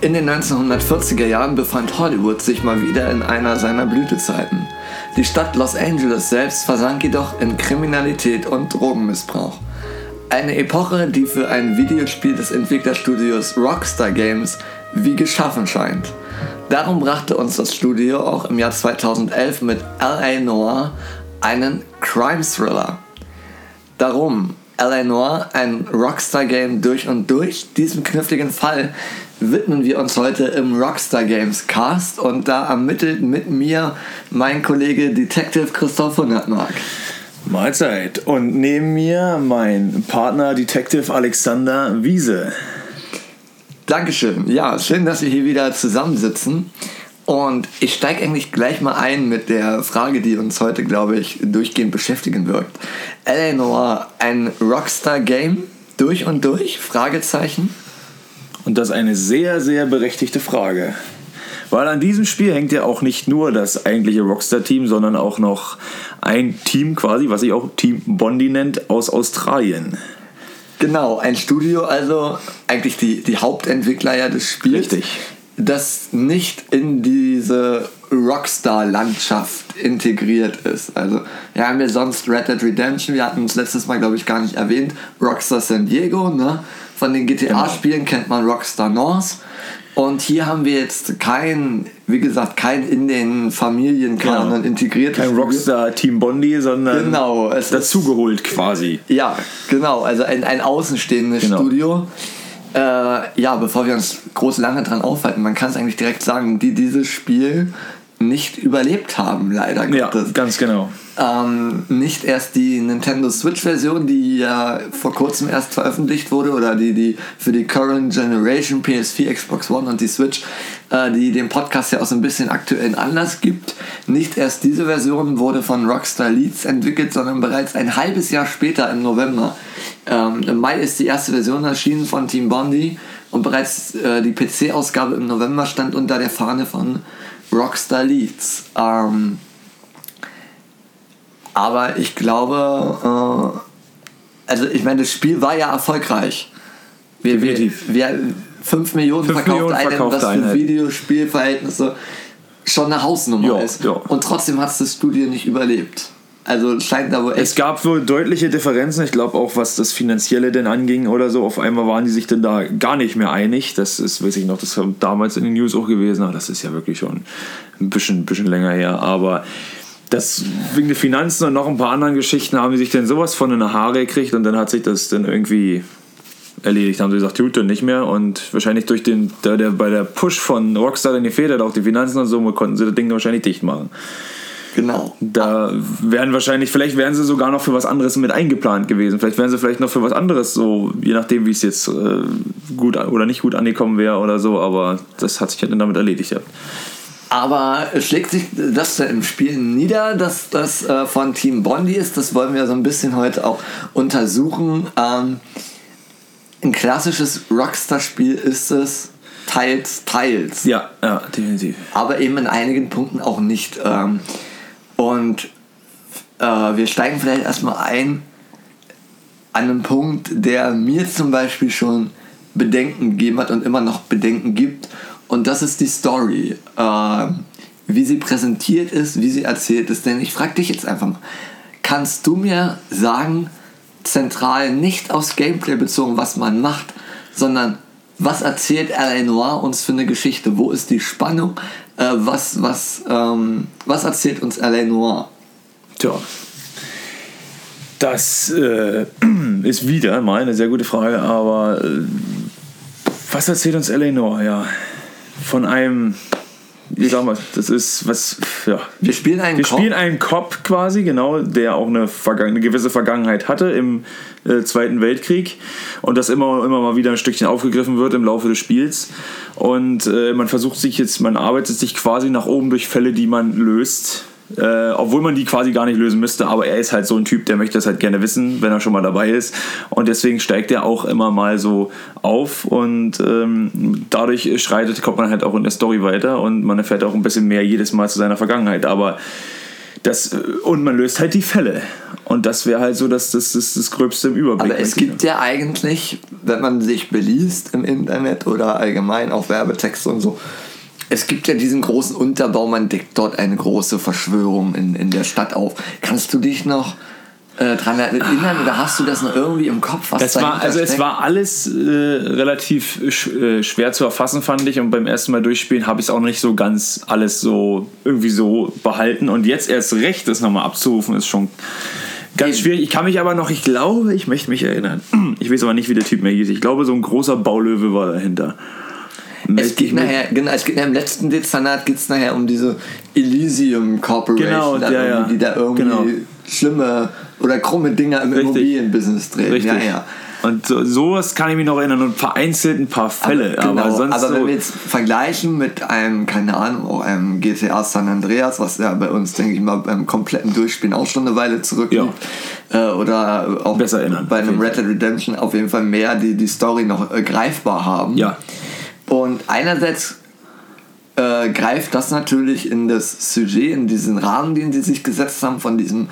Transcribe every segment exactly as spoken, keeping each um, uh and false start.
In den neunzehnhundertvierziger Jahren befand Hollywood sich mal wieder in einer seiner Blütezeiten. Die Stadt Los Angeles selbst versank jedoch in Kriminalität und Drogenmissbrauch. Eine Epoche, die für ein Videospiel des Entwicklerstudios Rockstar Games wie geschaffen scheint. Darum brachte uns das Studio auch im Jahr zweitausendelf mit L A Noire einen Crime-Thriller. Darum L A Noire, ein Rockstar-Game durch und durch. Diesem kniffligen Fall widmen wir uns heute im Rockstar Games Cast und da ermittelt mit mir mein Kollege Detective Christoph Hundertmark. Mahlzeit. Und neben mir mein Partner Detective Alexander Wiese. Dankeschön. Ja, schön, dass wir hier wieder zusammensitzen. Und ich steige eigentlich gleich mal ein mit der Frage, die uns heute, glaube ich, durchgehend beschäftigen wird. L A Noire, ein Rockstar-Game durch und durch? Fragezeichen. Und das ist eine sehr, sehr berechtigte Frage. Weil an diesem Spiel hängt ja auch nicht nur das eigentliche Rockstar-Team, sondern auch noch ein Team quasi, was sich auch Team Bondi nennt, aus Australien. Genau, ein Studio, also eigentlich die, die Hauptentwickler ja des Spiels. Richtig. Das nicht in diese Rockstar-Landschaft integriert ist. Also wir haben ja sonst Red Dead Redemption, wir hatten es letztes Mal, glaube ich, gar nicht erwähnt, Rockstar San Diego, ne? Von den G T A-Spielen kennt man Rockstar North. Und hier haben wir jetzt kein, wie gesagt, kein in den Familienkanon genau. integriertes Kein Rockstar Team Bondi, sondern genau, es dazugeholt ist, quasi. Ja, genau, also ein, ein außenstehendes genau. Studio. Äh, ja, bevor wir uns groß lange dran aufhalten, man kann es eigentlich direkt sagen, die dieses Spiel nicht überlebt haben, leider Gottes. Ja, ganz genau. Ähm, nicht erst die Nintendo Switch-Version, die ja vor kurzem erst veröffentlicht wurde, oder die, die für die Current Generation, P S vier, Xbox One und die Switch, äh, die dem Podcast ja auch so ein bisschen aktuellen Anlass gibt. Nicht erst diese Version wurde von Rockstar Leeds entwickelt, sondern bereits ein halbes Jahr später im November. Ähm, Im Mai ist die erste Version erschienen von Team Bondi und bereits äh, die P C-Ausgabe im November stand unter der Fahne von Rockstar Leeds. Ähm, aber ich glaube, äh, also ich meine, das Spiel war ja erfolgreich. Wir, wir, wir fünf Millionen verkaufte Einheiten, was für Videospielverhältnisse schon eine Hausnummer jo, ist. Jo. Und trotzdem hat es das Studio nicht überlebt. Also scheint da wohl echt. Es gab wohl deutliche Differenzen, ich glaube auch, was das Finanzielle denn anging oder so. Auf einmal waren die sich dann da gar nicht mehr einig. Das ist, weiß ich noch, das war damals in den News auch gewesen. Ach, das ist ja wirklich schon ein bisschen, bisschen länger her. Aber das, wegen der Finanzen und noch ein paar anderen Geschichten haben die sich dann sowas von in eine Haare gekriegt und dann hat sich das dann irgendwie erledigt. Haben sie gesagt, tut dann nicht mehr und wahrscheinlich durch den, der, der bei der Push von Rockstar dann gefehlt hat, auch die Finanzen und so, konnten sie das Ding wahrscheinlich dicht machen. Genau. Da wären wahrscheinlich, vielleicht wären sie sogar noch für was anderes mit eingeplant gewesen. Vielleicht wären sie vielleicht noch für was anderes so, je nachdem, wie es jetzt äh, gut oder nicht gut angekommen wäre oder so, aber das hat sich dann damit erledigt. Ja. Aber schlägt sich das da im Spiel nieder, dass das äh, von Team Bondi ist? Das wollen wir so ein bisschen heute auch untersuchen. Ähm, ein klassisches Rockstar-Spiel ist es teils, teils. Ja, ja, definitiv. Aber eben in einigen Punkten auch nicht. Ähm, Und äh, wir steigen vielleicht erstmal ein an einen Punkt, der mir zum Beispiel schon Bedenken gegeben hat und immer noch Bedenken gibt. Und das ist die Story. Äh, wie sie präsentiert ist, wie sie erzählt ist. Denn ich frage dich jetzt einfach mal, kannst du mir sagen, zentral nicht aufs Gameplay bezogen, was man macht, sondern was erzählt L A Noire uns für eine Geschichte? Wo ist die Spannung? Äh, was, was, ähm, was erzählt uns L A Noire? Tja, das äh, ist wieder mal eine sehr gute Frage, aber äh, was erzählt uns L A Noire? Ja, von einem, wie sagen wir, das ist was, ja. Wir spielen einen Wir Cop. spielen einen Cop quasi, genau, der auch eine, Vergangen- eine gewisse Vergangenheit hatte im äh, Zweiten Weltkrieg und das immer, immer mal wieder ein Stückchen aufgegriffen wird im Laufe des Spiels. Und äh, man versucht sich jetzt, man arbeitet sich quasi nach oben durch Fälle, die man löst. Äh, obwohl man die quasi gar nicht lösen müsste, aber er ist halt so ein Typ, der möchte das halt gerne wissen, wenn er schon mal dabei ist und deswegen steigt er auch immer mal so auf und ähm, dadurch schreitet, kommt man halt auch in der Story weiter und man erfährt auch ein bisschen mehr jedes Mal zu seiner Vergangenheit, aber das, und man löst halt die Fälle Und das wäre halt so das, das, das, das Gröbste im Überblick. Aber es gibt ja eigentlich, wenn man sich beliest im Internet oder allgemein auch Werbetexte und so, es gibt ja diesen großen Unterbau, man deckt dort eine große Verschwörung in, in der Stadt auf. Kannst du dich noch äh, dran erinnern oder hast du das noch irgendwie im Kopf? Was das war, also steckt? Es war alles äh, relativ sch- äh, schwer zu erfassen, fand ich. Und beim ersten Mal durchspielen habe ich es auch nicht so ganz alles so irgendwie so behalten. Und jetzt erst recht, das nochmal abzurufen, ist schon ganz schwierig. Ich kann mich aber noch, ich glaube, ich möchte mich erinnern. Ich weiß aber nicht, wie der Typ mehr hieß. Ich glaube, so ein großer Baulöwe war dahinter. Es geht nachher, genau, es geht im letzten Dezernat geht es nachher um diese Elysium Corporation, genau, da ja, ja. die da irgendwie genau. schlimme oder krumme Dinger im Richtig. Immobilienbusiness drehen. Richtig. Ja, ja. Und so, sowas kann ich mich noch erinnern und vereinzelt ein paar Fälle. Aber, genau, aber sonst aber so wenn wir jetzt vergleichen mit einem, keine Ahnung, auch einem G T A San Andreas, was ja bei uns, denke ich mal, beim kompletten Durchspielen auch schon eine Weile zurückliegt, ja. äh, oder auch Besser erinnern, bei einem Red Dead Redemption auf jeden Fall mehr die, die Story noch äh, greifbar haben. Ja. Und einerseits äh, greift das natürlich in das Sujet, in diesen Rahmen, den sie sich gesetzt haben, von diesem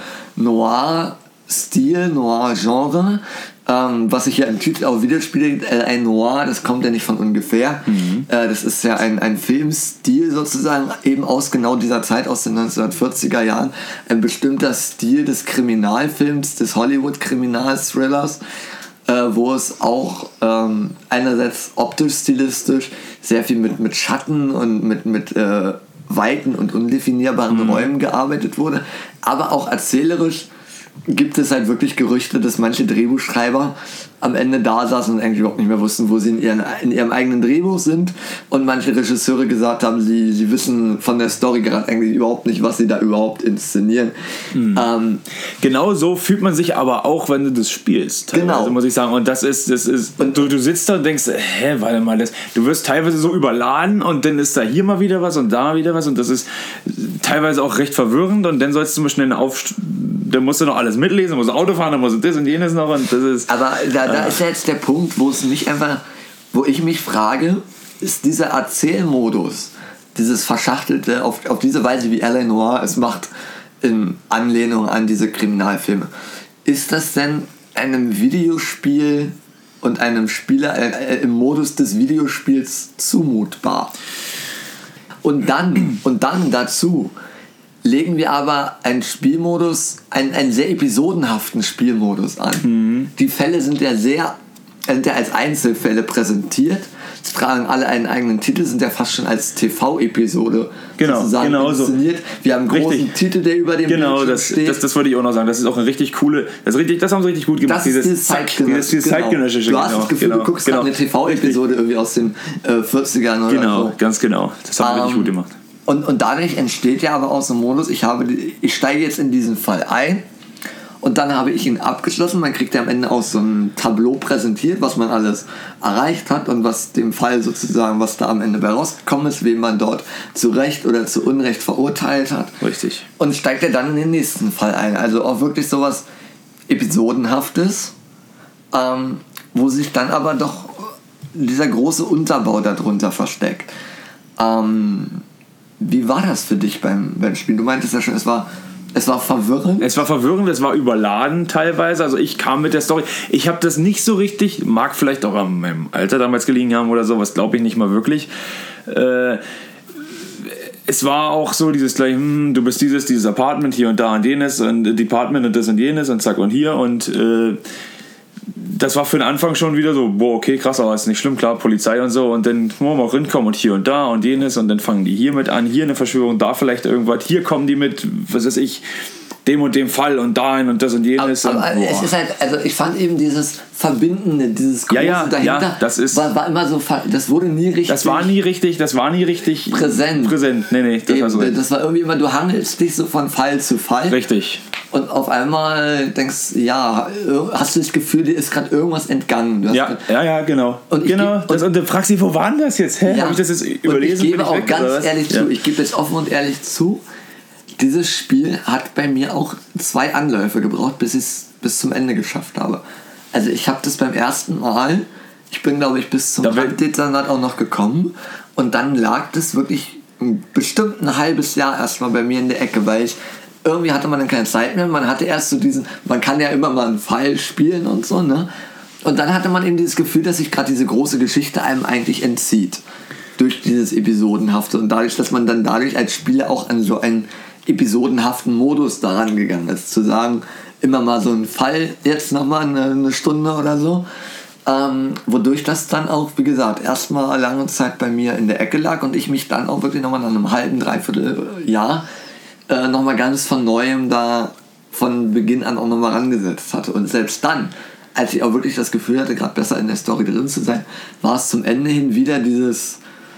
Noir-Stil, Noir-Genre, ähm, was sich ja im Titel auch widerspiegelt. L A Noir, das kommt ja nicht von ungefähr. Mhm. Äh, das ist ja ein, ein Filmstil sozusagen, eben aus genau dieser Zeit, aus den neunzehnhundertvierziger Jahren. Ein bestimmter Stil des Kriminalfilms, des Hollywood-Kriminalthrillers, Äh, wo es auch ähm, einerseits optisch, stilistisch sehr viel mit, mit Schatten und mit, mit äh, weiten und undefinierbaren mhm. Räumen gearbeitet wurde, aber auch erzählerisch gibt es halt wirklich Gerüchte, dass manche Drehbuchschreiber am Ende da saßen und eigentlich überhaupt nicht mehr wussten, wo sie in, ihren, in ihrem eigenen Drehbuch sind, und manche Regisseure gesagt haben, sie, sie wissen von der Story gerade eigentlich überhaupt nicht, was sie da überhaupt inszenieren. Mhm. Ähm, genau so fühlt man sich aber auch, wenn du das spielst. Genau. Also muss ich sagen, und das ist, das ist und du, du sitzt da und denkst, hä, warte mal, das, du wirst teilweise so überladen und dann ist da hier mal wieder was und da wieder was und das ist teilweise auch recht verwirrend, und dann sollst du mal schnell auf, dann musst du noch alles mitlesen, musst Auto fahren, dann musst du das und jenes noch, und das ist... Aber da, da ist ja jetzt der Punkt, wo es mich einfach, wo ich mich frage, ist dieser Erzählmodus, dieses Verschachtelte, auf, auf diese Weise, wie L A Noire es macht, in Anlehnung an diese Kriminalfilme, ist das denn einem Videospiel und einem Spieler äh, im Modus des Videospiels zumutbar? Und dann, und dann dazu legen wir aber einen Spielmodus, einen, einen sehr episodenhaften Spielmodus an. Mhm. Die Fälle sind ja sehr, sind ja als Einzelfälle präsentiert. Sie tragen alle einen eigenen Titel, sind ja fast schon als T V-Episode genau, sozusagen genau inszeniert. So. Wir haben einen großen richtig. Titel, der über dem genau, Bildschirm das, steht. Das, das wollte ich auch noch sagen. Das ist auch eine richtig coole, das, richtig, das haben sie richtig gut gemacht. Das ist dieses zeitgenössische. Genau. zeitgenössische Du hast genau, das Gefühl, genau, du guckst genau. eine T V-Episode irgendwie aus den äh, vierzigern oder genau, so. Genau, ganz genau. Das haben sie um, richtig gut gemacht. Und, und dadurch entsteht ja aber aus dem Modus, ich, habe die, ich steige jetzt in diesen Fall ein und dann habe ich ihn abgeschlossen. Man kriegt ja am Ende auch so ein Tableau präsentiert, was man alles erreicht hat und was dem Fall sozusagen, was da am Ende bei rausgekommen ist, wen man dort zu Recht oder zu Unrecht verurteilt hat. Richtig. Und steigt ja dann in den nächsten Fall ein. Also auch wirklich sowas Episodenhaftes, ähm, wo sich dann aber doch dieser große Unterbau darunter versteckt. Ähm, wie war das für dich beim, beim Spielen? Du meintest ja schon, es war, es war verwirrend. Es war verwirrend, es war überladen teilweise. Also ich kam mit der Story, ich habe das nicht so richtig, mag vielleicht auch an meinem Alter damals gelegen haben oder sowas, glaube ich nicht mal wirklich. Äh, es war auch so dieses gleich, hm, du bist dieses, dieses Apartment hier und da und jenes und Department und das und jenes und zack und hier und äh, das war für den Anfang schon wieder so, boah, okay, krass, aber ist nicht schlimm, klar, Polizei und so, und dann wollen wir auch hinkommen und hier und da und jenes, und dann fangen die hier mit an, hier eine Verschwörung, da vielleicht irgendwas, hier kommen die mit, was weiß ich, dem und dem Fall und dahin und das und jenes. Aber, und, aber es ist halt, also ich fand eben dieses Verbindende, dieses Große ja, ja, dahinter, ja, das ist, war, war immer so, das wurde nie richtig... Das war nie richtig, das war nie richtig... Präsent. Präsent, nee, nee, das eben, war so. Das war irgendwie immer, du hangelst dich so von Fall zu Fall. Richtig. Und auf einmal denkst ja, hast du das Gefühl, dir ist gerade irgendwas entgangen. Du hast ja, grad, ja, ja, genau. Und, genau. Geb, das, und du fragst dich, wo war denn das jetzt? Hä? Ja, habe ich das jetzt überlesen? Und ich gebe auch weg, ganz ehrlich zu, ja. ich gebe jetzt offen und ehrlich zu, dieses Spiel hat bei mir auch zwei Anläufe gebraucht, bis ich es bis zum Ende geschafft habe. Also ich habe das beim ersten Mal, ich bin glaube ich bis zum Dezernat auch noch gekommen, und dann lag das wirklich bestimmt ein halbes Jahr erstmal bei mir in der Ecke, weil ich irgendwie hatte man dann keine Zeit mehr. Man hatte erst so diesen, man kann ja immer mal einen Fall spielen und so, ne? Und dann hatte man eben dieses Gefühl, dass sich gerade diese große Geschichte einem eigentlich entzieht. Durch dieses Episodenhafte. Und dadurch, dass man dann dadurch als Spieler auch an so einen episodenhaften Modus daran gegangen ist. Zu sagen, immer mal so ein Fall, jetzt nochmal eine, eine Stunde oder so. Ähm, wodurch das dann auch, wie gesagt, erstmal lange Zeit bei mir in der Ecke lag und ich mich dann auch wirklich nochmal nach einem halben, dreiviertel Jahr äh, nochmal ganz von Neuem da von Beginn an auch nochmal rangesetzt hatte. Und selbst dann, als ich auch wirklich das Gefühl hatte, gerade besser in der Story drin zu sein, war es zum Ende hin wieder dieses,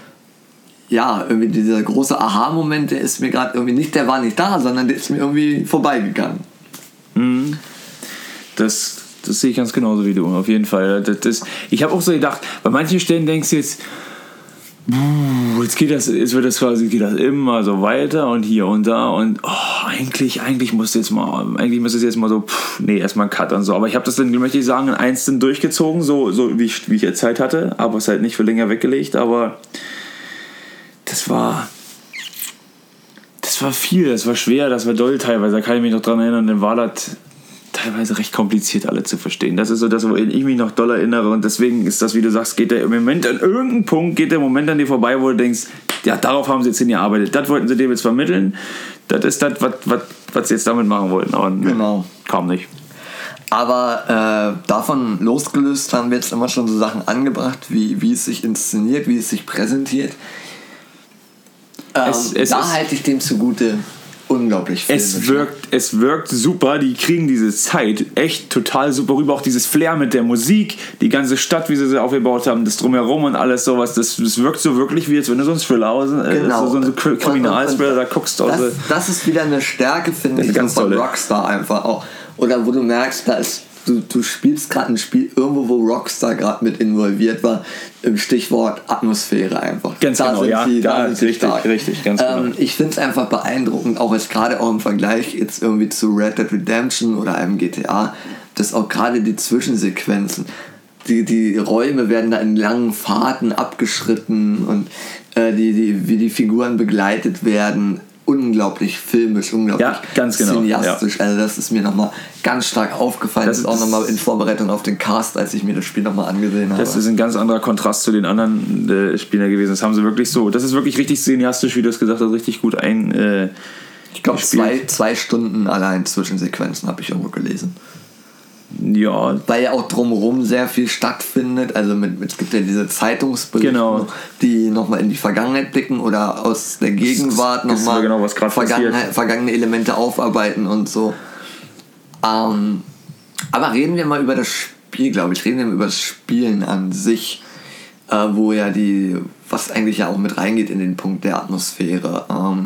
ja, irgendwie dieser große Aha-Moment, der ist mir gerade irgendwie nicht, der war nicht da, sondern der ist mir irgendwie vorbeigegangen. Mhm. Das, das sehe ich ganz genauso wie du, auf jeden Fall. Das, das, ich habe auch so gedacht, bei manchen Stellen denkst du jetzt, jetzt geht das, jetzt wird das quasi, geht das immer so weiter und hier und da und oh, eigentlich, eigentlich muss jetzt mal, eigentlich muss es jetzt mal so, pff, nee, erstmal ein Cut und so. Aber ich habe das dann, möchte ich sagen, in eins dann durchgezogen, so, so wie ich, wie ich jetzt Zeit hatte, aber es halt nicht für länger weggelegt, aber das war, das war viel, das war schwer, das war doll teilweise, da kann ich mich noch dran erinnern, dann war das teilweise recht kompliziert, alle zu verstehen. Das ist so das, wo ich mich noch doll erinnere und deswegen ist das, wie du sagst, geht der im Moment an irgendeinem Punkt, geht der Moment an dir vorbei, wo du denkst, ja, darauf haben sie jetzt hingearbeitet, das wollten sie dir jetzt vermitteln, das ist das, was, was, was sie jetzt damit machen wollten, aber genau. Kaum nicht. Aber äh, davon losgelöst haben wir jetzt immer schon so Sachen angebracht, wie, wie es sich inszeniert, wie es sich präsentiert. Ähm, Es, es da ist, halte ich dem zugute unglaublich viel. es wirkt, es wirkt super, die kriegen diese Zeit echt total super rüber, auch dieses Flair mit der Musik, die ganze Stadt, wie sie sie aufgebaut haben, das Drumherum und alles sowas, das, das wirkt so wirklich wie, als wenn du so ein Thriller, äh, genau. so, so ein Kriminalthriller da guckst. Das, das ist wieder eine Stärke, finde ich, ganz von tolle. Rockstar einfach auch. Oder wo du merkst, da ist, du, du spielst gerade ein Spiel irgendwo, wo Rockstar gerade mit involviert war, im Stichwort Atmosphäre einfach. Ganz da genau, sind ja, sie, da da sind sie richtig, stark. richtig, ganz genau. Ähm, ich finde es einfach beeindruckend, auch jetzt gerade auch im Vergleich jetzt irgendwie zu Red Dead Redemption oder einem G T A, dass auch gerade die Zwischensequenzen, die, die Räume werden da in langen Fahrten abgeschritten und äh, die, die, wie die Figuren begleitet werden, unglaublich filmisch, unglaublich ja, ganz genau, cineastisch. Ja. Also das ist mir nochmal ganz stark aufgefallen. Das ist auch nochmal in Vorbereitung auf den Cast, als ich mir das Spiel nochmal angesehen habe. Das ist ein ganz anderer Kontrast zu den anderen äh, Spielern gewesen. Das haben sie wirklich so, das ist wirklich richtig cineastisch, wie du es gesagt hast, richtig gut ein äh, Ich glaube, zwei, zwei Stunden allein Zwischensequenzen habe ich irgendwo gelesen. Ja. Weil ja auch drumherum sehr viel stattfindet. Also mit, mit, es gibt ja diese Zeitungsberichte, genau. die nochmal in die Vergangenheit blicken oder aus der Gegenwart nochmal genau, vergangene Elemente aufarbeiten und so. Ähm, aber reden wir mal über das Spiel, glaube ich. Reden wir mal über das Spielen an sich, äh, wo ja die, was eigentlich ja auch mit reingeht in den Punkt der Atmosphäre. Ähm,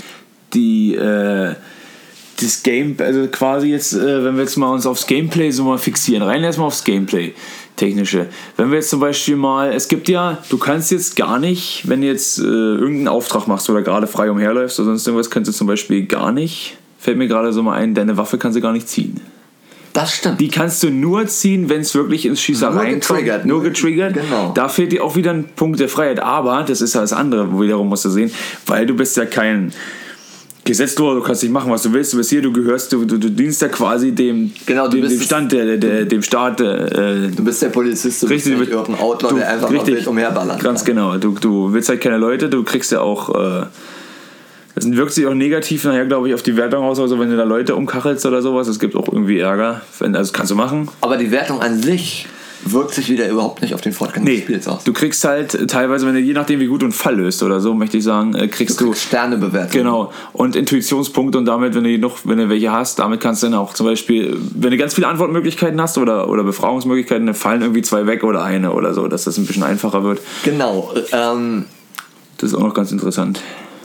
die, äh, das Game, also quasi jetzt, äh, wenn wir jetzt mal uns aufs Gameplay so mal fixieren, rein erstmal aufs Gameplay, technische. Wenn wir jetzt zum Beispiel mal, es gibt ja, du kannst jetzt gar nicht, wenn du jetzt äh, irgendeinen Auftrag machst oder gerade frei umherläufst oder sonst irgendwas, kannst du zum Beispiel gar nicht, fällt mir gerade so mal ein, deine Waffe kannst du gar nicht ziehen. Das stimmt. Die kannst du nur ziehen, wenn es wirklich ins Schießereien kommt. Nur getriggert. Nur getriggert. Genau. Da fehlt dir auch wieder ein Punkt der Freiheit. Aber, das ist ja das andere, wiederum musst du sehen, weil du bist ja kein Gesetzloser, du kannst nicht machen, was du willst, du bist hier, du gehörst, du, du, du dienst ja quasi dem, genau, du dem, bist dem Stand, der, der, dem Staat. Äh, du bist der Polizist, du richtig, bist nicht irgendein Outlaw, du, der einfach richtig, wild umherballern ganz kann. genau, du, du willst halt keine Leute, du kriegst ja auch, äh, das wirkt sich auch negativ nachher, glaube ich, auf die Wertung aus, also wenn du da Leute umkachelst oder sowas, es gibt auch irgendwie Ärger, wenn, also das kannst du machen. Aber die Wertung an sich wirkt sich wieder überhaupt nicht auf den Fortgang nee, des Spiels aus. Du kriegst halt teilweise, wenn du je nachdem wie gut du einen Fall löst oder so, möchte ich sagen, kriegst du, kriegst du Sternebewertung. Genau. Und Intuitionspunkte und damit, wenn du noch, wenn du welche hast, damit kannst du dann auch zum Beispiel, wenn du ganz viele Antwortmöglichkeiten hast oder, oder Befragungsmöglichkeiten, dann fallen irgendwie zwei weg oder eine oder so, dass das ein bisschen einfacher wird. Genau. Ähm, das ist auch noch ganz interessant.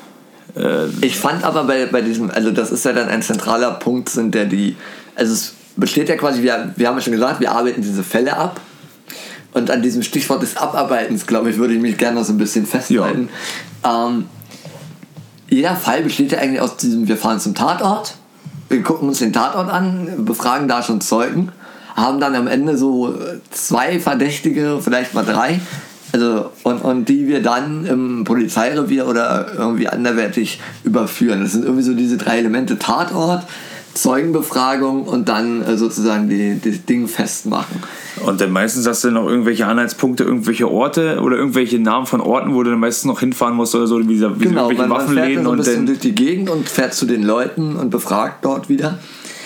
Äh, ich fand aber bei, bei diesem, also das ist ja dann ein zentraler Punkt, sind der die, also es besteht ja quasi, wir, wir haben ja schon gesagt, wir arbeiten diese Fälle ab. Und an diesem Stichwort des Abarbeitens, glaube ich, würde ich mich gerne noch so ein bisschen festhalten. Ja. Ähm, jeder Fall besteht ja eigentlich aus diesem, wir fahren zum Tatort, wir gucken uns den Tatort an, befragen da schon Zeugen, haben dann am Ende so zwei Verdächtige, vielleicht mal drei, Also, und, und die wir dann im Polizeirevier oder irgendwie anderweitig überführen. Das sind irgendwie so diese drei Elemente: Tatort, Zeugenbefragung und dann äh, sozusagen die, das Ding festmachen. Und dann meistens hast du noch irgendwelche Anhaltspunkte, irgendwelche Orte oder irgendwelche Namen von Orten, wo du dann meistens noch hinfahren musst oder so, wie, wie genau, irgendwelche man, man Waffenläden. fährt dann so ein und bisschen dann durch die Gegend und fährt zu den Leuten und befragt dort wieder.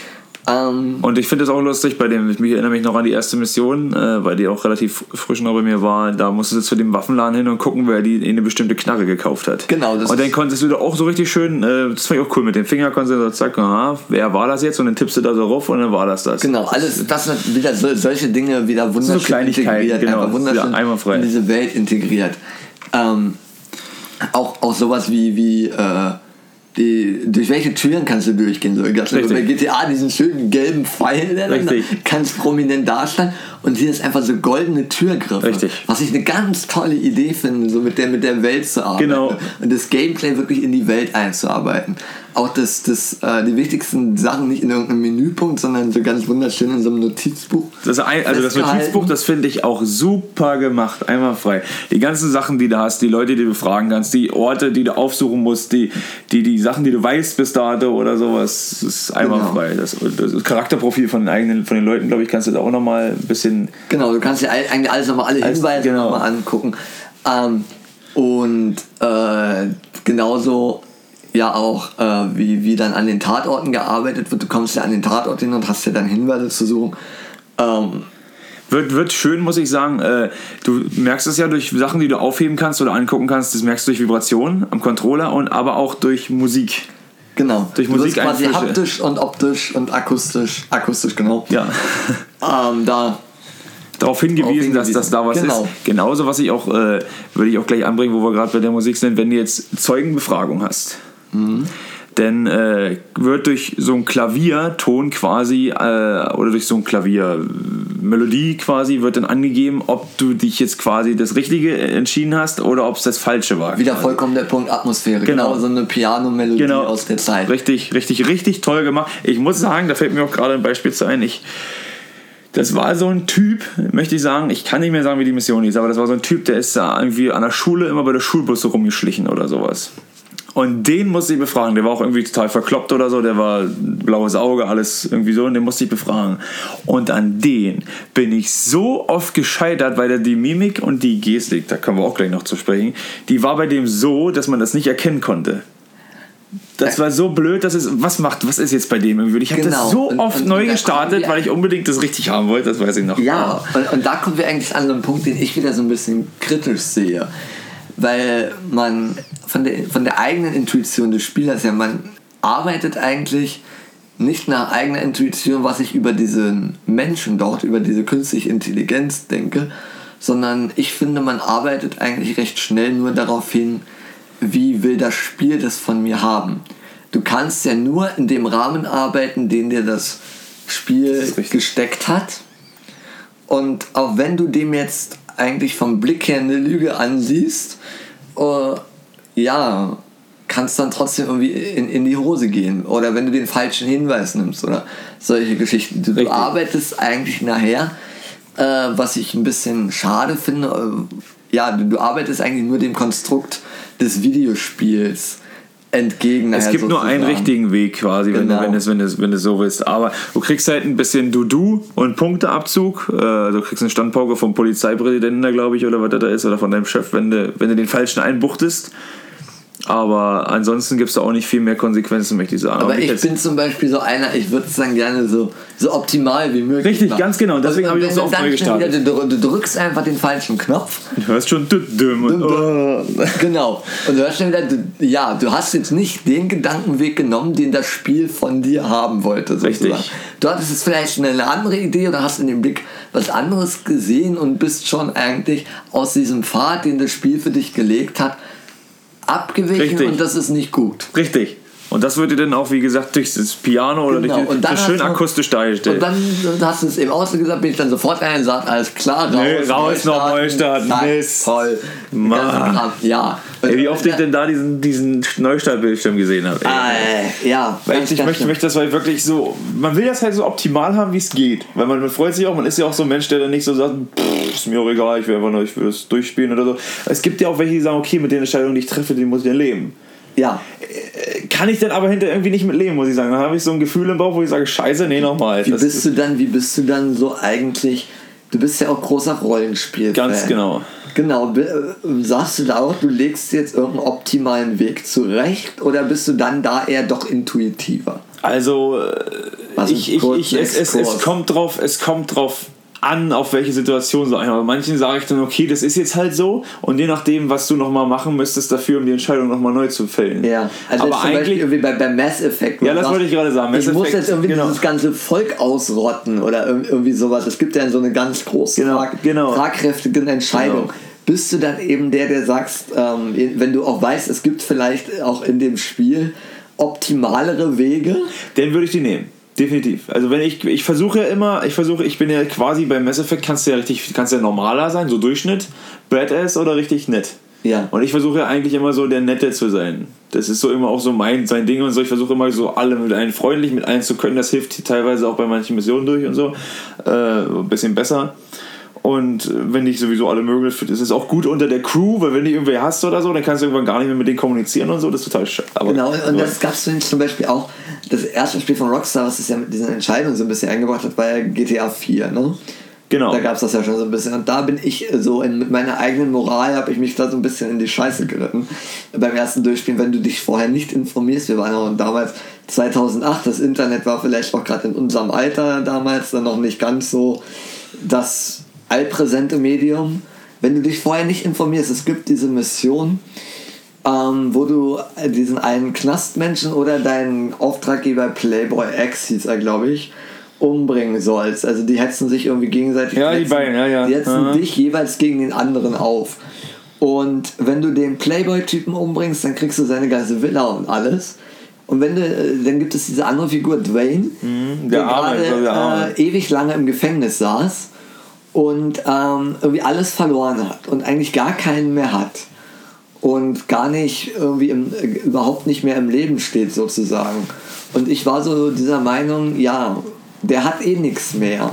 Ähm, Und ich finde es auch lustig, bei dem, ich erinnere mich noch an die erste Mission, äh, weil die auch relativ frisch noch bei mir war, da musstest du zu dem Waffenladen hin und gucken, wer die eine bestimmte Knarre gekauft hat. Genau. Das und dann konntest du da auch so richtig schön, äh, das fand ich auch cool, mit dem Finger konntest du so zack, aha, wer war das jetzt? Und dann tippst du da so rauf und dann war das das. Genau, alles, das sind wieder so, solche Dinge wieder wunderschön so Kleinigkeiten, integriert, genau, einfach wunderschön ja, einwandfrei. in diese Welt integriert. Ähm, auch, auch sowas wie, wie äh, die, durch welche Türen kannst du durchgehen? So, bei G T A diesen schönen gelben Pfeil, der dann ganz prominent dastand. Und hier ist einfach so goldene Türgriffe. Richtig. Was ich eine ganz tolle Idee finde, so mit der, mit der Welt zu arbeiten. Genau. Und das Gameplay wirklich in die Welt einzuarbeiten. Auch das, das, äh, die wichtigsten Sachen nicht in irgendeinem Menüpunkt, sondern so ganz wunderschön in so einem Notizbuch. Das, ein, also das Notizbuch, das finde ich auch super gemacht, einwandfrei. Die ganzen Sachen, die du hast, die Leute, die du befragen kannst, die Orte, die du aufsuchen musst, die, die, die Sachen, die du weißt bis dato oder sowas, das ist einwandfrei. Genau. Das, das Charakterprofil von den eigenen, von den Leuten, glaube ich, kannst du da auch nochmal ein bisschen... Genau, du kannst dir eigentlich alles nochmal, alle alles, Hinweise genau. nochmal angucken. Ähm, und äh, genauso ja auch, äh, wie, wie dann an den Tatorten gearbeitet wird. Du kommst ja an den Tatort hin und hast ja dann Hinweise zu suchen. Ähm, Wird, wird schön, muss ich sagen. Äh, du merkst es ja durch Sachen, die du aufheben kannst oder angucken kannst. Das merkst du durch Vibrationen am Controller und aber auch durch Musik. Genau. Durch du Musik wirst quasi haptisch und optisch und akustisch. Akustisch, genau. Ja. ähm, da darauf hingewiesen, dass, dass da was genau. ist. Genauso, was ich auch, äh, würde ich auch gleich anbringen, wo wir gerade bei der Musik sind, wenn du jetzt Zeugenbefragung hast. Mhm. Dann äh, wird durch so ein Klavierton quasi, äh, oder durch so ein Klaviermelodie quasi, wird dann angegeben, ob du dich jetzt quasi das Richtige entschieden hast oder ob es das Falsche war. Wieder quasi. vollkommen der Punkt Atmosphäre. Genau, genau so eine Piano-Melodie genau. aus der Zeit. Richtig, richtig, richtig toll gemacht. Ich muss sagen, da fällt mir auch gerade ein Beispiel zu ein. Ich Das war so ein Typ, möchte ich sagen, ich kann nicht mehr sagen, wie die Mission ist, aber das war so ein Typ, der ist da irgendwie an der Schule immer bei der Schulbusse rumgeschlichen oder sowas. Und den musste ich befragen. Der war auch irgendwie total verkloppt oder so. Der war blaues Auge, alles irgendwie so. Und den musste ich befragen. Und an den bin ich so oft gescheitert, weil der die Mimik und die Gestik, da kommen wir auch gleich noch zu sprechen, die war bei dem so, dass man das nicht erkennen konnte. Das war so blöd, dass es, was macht, was ist jetzt bei dem irgendwie? Ich habe genau. das so und, oft und, neu und gestartet, weil ich unbedingt das richtig haben wollte, das weiß ich noch. Ja, und, und da kommen wir eigentlich an so einen Punkt, den ich wieder so ein bisschen kritisch sehe. Weil man von der, von der eigenen Intuition des Spielers her, man arbeitet eigentlich nicht nach eigener Intuition, was ich über diesen Menschen dort, über diese künstliche Intelligenz denke, sondern ich finde, man arbeitet eigentlich recht schnell nur darauf hin, wie will das Spiel das von mir haben. Du kannst ja nur in dem Rahmen arbeiten, den dir das Spiel das gesteckt hat. Und auch wenn du dem jetzt eigentlich vom Blick her eine Lüge ansiehst, uh, ja, kannst dann trotzdem irgendwie in, in die Hose gehen. Oder wenn du den falschen Hinweis nimmst oder solche Geschichten. Du, du arbeitest eigentlich nachher, äh, was ich ein bisschen schade finde, äh, ja, du, du arbeitest eigentlich nur dem Konstrukt des Videospiels entgegen. Es gibt sozusagen. nur einen richtigen Weg quasi, wenn, genau. du, wenn, es, wenn, es, wenn du so willst. Aber du kriegst halt ein bisschen Dudu und Punkteabzug. Äh, du kriegst eine Standpauke vom Polizeipräsidenten da, glaube ich, oder was da ist, oder von deinem Chef, wenn du, wenn du den Falschen einbuchtest. Aber ansonsten gibt es da auch nicht viel mehr Konsequenzen, möchte ich sagen. Aber, Aber ich, ich bin zum Beispiel so einer, ich würde es dann gerne so, so optimal wie möglich Richtig, machen. ganz genau. Und deswegen habe ich auch so oft neu gestartet. Wieder, du, du drückst einfach den falschen Knopf. Du hörst schon dumm und oh. Genau. Und du hörst schon wieder, du, ja, du hast jetzt nicht den Gedankenweg genommen, den das Spiel von dir haben wollte. Sozusagen. Richtig. Du hattest jetzt vielleicht eine andere Idee oder hast in dem Blick was anderes gesehen und bist schon eigentlich aus diesem Pfad, den das Spiel für dich gelegt hat, abgewichen. Richtig. Und das ist nicht gut. Richtig. Und das wird dir dann auch, wie gesagt, durch das Piano oder Genau. durch Und dann so schön hast du- akustisch dargestellt. Und dann hast du es eben ausgesagt, bin ich dann sofort rein und gesagt, alles klar, raus. Nee, raus noch Neustart, zack, Mist. Toll. Den Mann. ganzen Kram. Ja. Ey, wie oft ich denn da diesen, diesen Neustart-Bildschirm gesehen habe. Äh, ja. Weil ganz, ich, ich ganz möchte, schlimm. möchte das halt wirklich so, man will das halt so optimal haben, wie es geht. Weil man, man freut sich auch, man ist ja auch so ein Mensch, der dann nicht so sagt, pff, ist mir auch egal, ich will einfach nur, ich will das durchspielen oder so. Es gibt ja auch welche, die sagen, okay, mit den Entscheidungen, die ich treffe, die muss ich dann leben. Ja. Kann ich dann aber hinterher irgendwie nicht mit leben, muss ich sagen. Dann habe ich so ein Gefühl im Bauch, wo ich sage, scheiße, nee, nochmal. Wie bist du dann, wie bist du dann so eigentlich, du bist ja auch großer Rollenspiel. Ganz genau. Genau, be- äh, sagst du da auch, du legst jetzt irgendeinen optimalen Weg zurecht oder bist du dann da eher doch intuitiver? Also, äh, Also ich, ich, kurz ich, es, es, es, Exkurs. kommt drauf, es kommt drauf an, auf welche Situation, sag ich mal. Bei manchen sage ich dann, okay, das ist jetzt halt so und je nachdem, was du nochmal machen müsstest dafür, um die Entscheidung nochmal neu zu fällen. Ja, also aber jetzt zum Beispiel eigentlich, irgendwie bei, bei Mass Effect. wo Ja, du das sagst, wollte ich gerade sagen. Mass ich muss Effect, jetzt irgendwie genau. dieses ganze Volk ausrotten oder ir- irgendwie sowas. Es gibt ja so eine ganz große, Genau, trag- genau. tragkräftige Entscheidung. Genau. Bist du dann eben der, der sagst, ähm, wenn du auch weißt, es gibt vielleicht auch in dem Spiel optimalere Wege? dann würde ich die nehmen. Definitiv. Also wenn ich, ich versuche ja immer, ich versuche, ich bin ja quasi bei Mass Effect, kannst du ja richtig, kannst ja normaler sein, so Durchschnitt, Badass oder richtig nett. Ja. Und ich versuche ja eigentlich immer so der Nette zu sein. Das ist so immer auch so mein, sein Ding und so. Ich versuche immer so alle mit allen freundlich, mit allen zu können. Das hilft teilweise auch bei manchen Missionen durch und so. Äh, ein bisschen besser. Und wenn dich sowieso alle mögen, ist es auch gut unter der Crew, weil wenn du irgendwer hast oder so, dann kannst du irgendwann gar nicht mehr mit denen kommunizieren und so. Das ist total schade. Genau, und das gab es zum Beispiel auch, das erste Spiel von Rockstar, was es ja mit diesen Entscheidungen so ein bisschen eingebracht hat, war ja G T A vier, ne? Genau. Da gab es das ja schon so ein bisschen. Und da bin ich so, in, mit meiner eigenen Moral habe ich mich da so ein bisschen in die Scheiße geritten. Beim ersten Durchspielen, wenn du dich vorher nicht informierst, wir waren auch damals zweitausendacht, das Internet war vielleicht auch gerade in unserem Alter damals dann noch nicht ganz so das allpräsente Medium. Wenn du dich vorher nicht informierst, es gibt diese Mission, ähm, wo du diesen einen Knastmenschen oder deinen Auftraggeber Playboy X hieß er, glaube ich, umbringen sollst. Also die hetzen sich irgendwie gegenseitig. Ja, die hetzen, beiden, ja, ja. Die hetzen Aha. dich jeweils gegen den anderen auf. Und wenn du den Playboy-Typen umbringst, dann kriegst du seine ganze Villa und alles. Und wenn du, äh, dann gibt es diese andere Figur, Dwayne, der der Arme, gerade der Arme. äh, ewig lange im Gefängnis saß und ähm, irgendwie alles verloren hat und eigentlich gar keinen mehr hat. Und gar nicht irgendwie im, äh, überhaupt nicht mehr im Leben steht sozusagen. Und ich war so dieser Meinung, ja, der hat eh nichts mehr.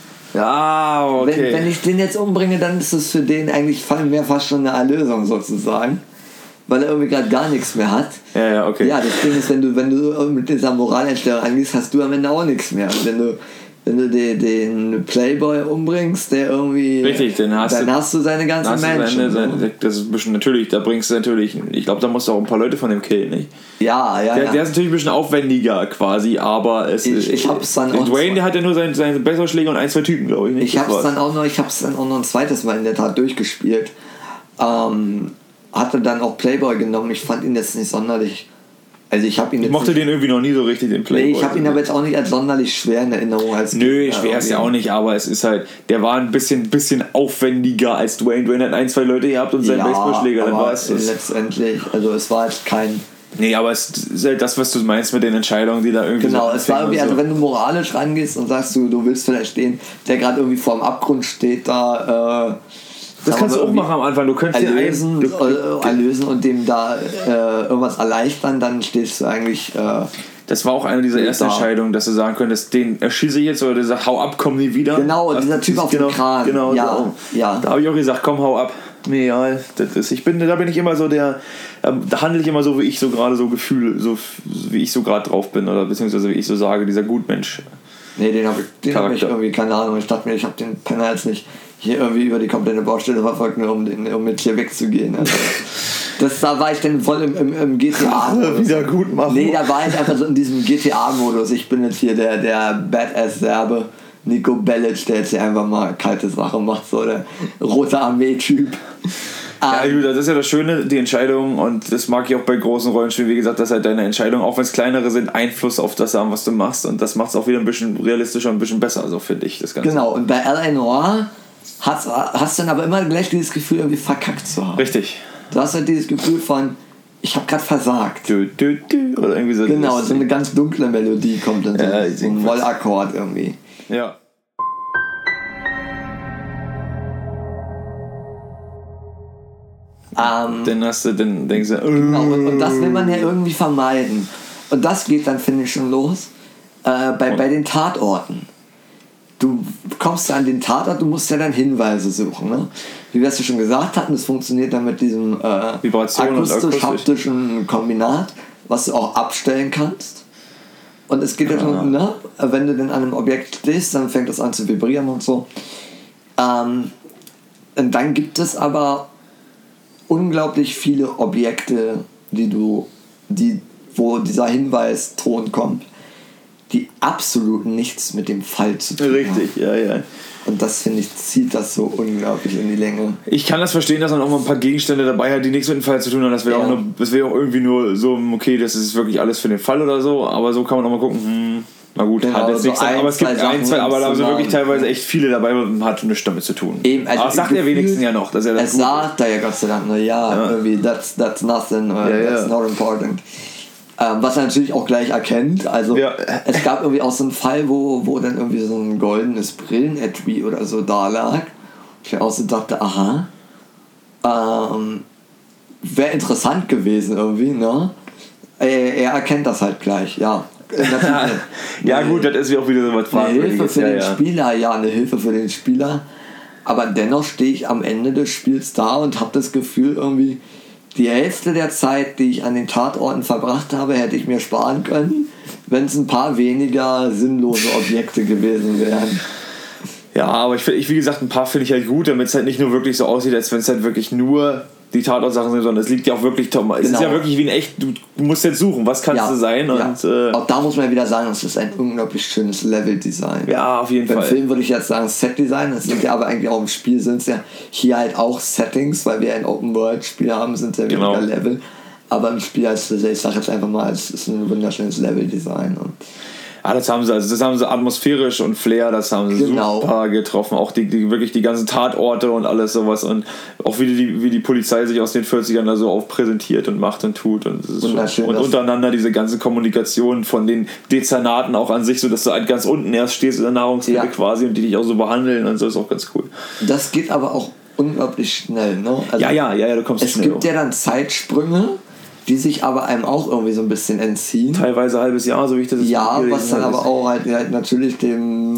Ja, okay. Wenn, wenn ich den jetzt umbringe, dann ist es für den eigentlich mehr fast schon eine Erlösung sozusagen. Weil er irgendwie gerade gar nichts mehr hat. Ja, ja, okay. Ja, das Ding ist, wenn du, wenn du mit dieser Moraleinstellung angehst, hast du am Ende auch nichts mehr. Und wenn du, wenn du den, den Playboy umbringst, der irgendwie. Richtig, dann hast dann du- hast du seine ganzen Hast du Menschen. seine, seine, das ist ein bisschen natürlich, da bringst du natürlich, ich glaube, da musst du auch ein paar Leute von dem killen, nicht? Ja, ja, Der, ja. der ist natürlich ein bisschen aufwendiger quasi, aber es Ich- ich hab's dann auch Dwayne, zwei- der hat ja nur seine, seine Besserschläge und ein, zwei Typen, glaube ich. Nicht? Ich Das hab's war's. dann auch noch, ich hab's dann auch noch ein zweites Mal in der Tat durchgespielt. Ähm, hatte dann auch Playboy genommen. Ich fand ihn jetzt nicht sonderlich. Also ich habe ihn Ich jetzt mochte nicht, den irgendwie noch nie so richtig, den Playboy. Nee, ich habe ihn aber jetzt auch nicht als sonderlich schwer in Erinnerung als Nö, Gegner schwer ist ja irgendwie. auch nicht, aber es ist halt, der war ein bisschen, bisschen aufwendiger als Dwayne. Dwayne hat ein, zwei Leute gehabt und seinen Ja, Baseballschläger, dann aber war es das. letztendlich, also es war jetzt kein. Nee, aber es ist halt das, was du meinst mit den Entscheidungen, die da irgendwie Genau, so es war irgendwie, also so. wenn du moralisch rangehst und sagst, du, du willst vielleicht den, der gerade irgendwie vorm Abgrund steht, da. Äh, Das sagen kannst wir du auch irgendwie machen am Anfang. Du könntest dir erlösen, einen- du- äh, erlösen und dem da äh, irgendwas erleichtern, dann stehst du eigentlich. Äh, Das war auch eine dieser ersten Da. Entscheidungen, dass du sagen könntest, den erschieße ich jetzt oder du sagst, hau ab, komm nie wieder. Genau, Das- dieser Typ auf dem genau, Kran. Genau, Ja, so. ja. Da habe ich auch gesagt, komm, hau ab. Mir egal. Das ist, ich bin, da bin ich immer so der, ähm, da handle ich immer so, wie ich so gerade so gefühle, so wie ich so gerade drauf bin oder beziehungsweise wie ich so sage, dieser Gutmensch. Nee, den habe ich, den hab ich Charakter. irgendwie, keine Ahnung, ich dachte mir, ich habe den Penner jetzt nicht hier irgendwie über die komplette Baustelle verfolgt, nur um, den, um mit hier wegzugehen. Also, das, da war ich dann voll im, im, im G T A-Modus. Wieder gut machen. Nee, da war ich einfach so in diesem G T A-Modus. Ich bin jetzt hier der, der Badass-Serbe, Nico Bellic, der jetzt hier einfach mal kalte Sache macht, so der rote Armee-Typ. Ja, Ähm, gut, das ist ja das Schöne, die Entscheidung, und das mag ich auch bei großen Rollenspielen, wie gesagt, dass halt deine Entscheidungen, auch wenn es kleinere sind, Einfluss auf das haben, was du machst, und das macht es auch wieder ein bisschen realistischer und ein bisschen besser, so finde ich das Ganze. genau, und bei L A. Noire hast, hast du dann aber immer gleich dieses Gefühl, irgendwie verkackt zu haben. Richtig. Du hast halt dieses Gefühl von, Ich habe gerade versagt. Du, du, du, oder irgendwie so. Genau, so eine ganz dunkle Melodie kommt dann so, Ja, so ein Mollakkord irgendwie. Ja. Ähm, Dann hast du, dann denkst du, genau, und, und das will man ja irgendwie vermeiden. Und das geht dann, finde ich, schon los äh, bei, bei den Tatorten. Du kommst ja an den Tatort, du musst ja dann Hinweise suchen. Ne? Wie wir es ja schon gesagt hatten, das funktioniert dann mit diesem äh, Vibration und akustisch-haptischen Kombinat, was du auch abstellen kannst. Und es geht ja schon, ne? Wenn du dann an einem Objekt stehst, dann fängt das an zu vibrieren und so. Ähm, und dann gibt es aber unglaublich viele Objekte, die du, die, wo dieser Hinweiston kommt, die absolut nichts mit dem Fall zu tun haben. Richtig, ja, ja. Und das, finde ich, zieht das so unglaublich in die Länge. Ich kann das verstehen, dass man auch mal ein paar Gegenstände dabei hat, die nichts mit dem Fall zu tun haben. Das wäre Ja. auch, nur, das wär auch irgendwie nur so, okay, das ist wirklich alles für den Fall oder so. Aber so kann man auch mal gucken, hm, na gut, Genau, hat jetzt so nichts, ein, aber es gibt zwei ein, zwei, Sachen aber da sind zusammen. wirklich teilweise echt viele dabei und hat nichts damit zu tun. Eben, also aber es sagt er gefühlt- wenigstens ja noch, dass er das Es gut sagt da ja Gott sei Dank nur, ja, Ja. irgendwie, that's, that's nothing, oder Ja, that's ja. not important. Ähm, was er natürlich auch gleich erkennt. Also Ja. es gab irgendwie auch so einen Fall, wo, wo dann irgendwie so ein goldenes Brillenetui oder so da lag. Ich auch so dachte, aha, ähm, wäre interessant gewesen irgendwie, ne? Er, er erkennt das halt gleich, ja. Äh, natürlich. Ja gut, das ist ja auch wieder so was Eine Fragwürdiges. Hilfe für ja, den ja. Spieler, ja, eine Hilfe für den Spieler. Aber dennoch stehe ich am Ende des Spiels da und habe das Gefühl, irgendwie die Hälfte der Zeit, die ich an den Tatorten verbracht habe, hätte ich mir sparen können, wenn es ein paar weniger sinnlose Objekte gewesen wären. Ja, aber ich, find- ich wie gesagt, ein paar finde ich halt gut, damit es halt nicht nur wirklich so aussieht, als wenn es halt wirklich nur die Tatortsachen sind, sondern es liegt ja auch wirklich, es Genau. ist ja wirklich wie ein echt, du, du musst jetzt suchen, was kannst du sein ja. und äh, auch da muss man wieder sagen, es ist ein unglaublich schönes Level-Design. ja, auf jeden Beim Fall. Film würde ich jetzt sagen Set-Design, das sind ja aber eigentlich auch im Spiel sind es ja hier halt auch Settings, weil wir ein Open-World-Spiel haben, sind ja Genau. weniger Level. Aber im Spiel, als, ich sage jetzt einfach mal, es ist ein wunderschönes Level-Design. Und Ja, das haben sie, also das haben sie atmosphärisch und Flair, das haben sie Genau. super getroffen. Auch die, die wirklich die ganzen Tatorte und alles sowas und auch wie die, wie die Polizei sich aus den vierzigern da so auch präsentiert und macht und tut. Und, das ist schon, Wunderschön, und das- untereinander diese ganze Kommunikation von den Dezernaten auch an sich, so dass du halt ganz unten erst stehst in der Nahrungskette Ja. quasi und die dich auch so behandeln und so, ist auch ganz cool. das geht aber auch unglaublich schnell. Ne? Also Ja, ja, ja, ja, du kommst es schnell gibt hoch. ja dann Zeitsprünge, die sich aber einem auch irgendwie so ein bisschen entziehen. Teilweise ein halbes Jahr, so wie ich das jetzt Ja, gelesen was dann habe. aber auch halt, halt natürlich dem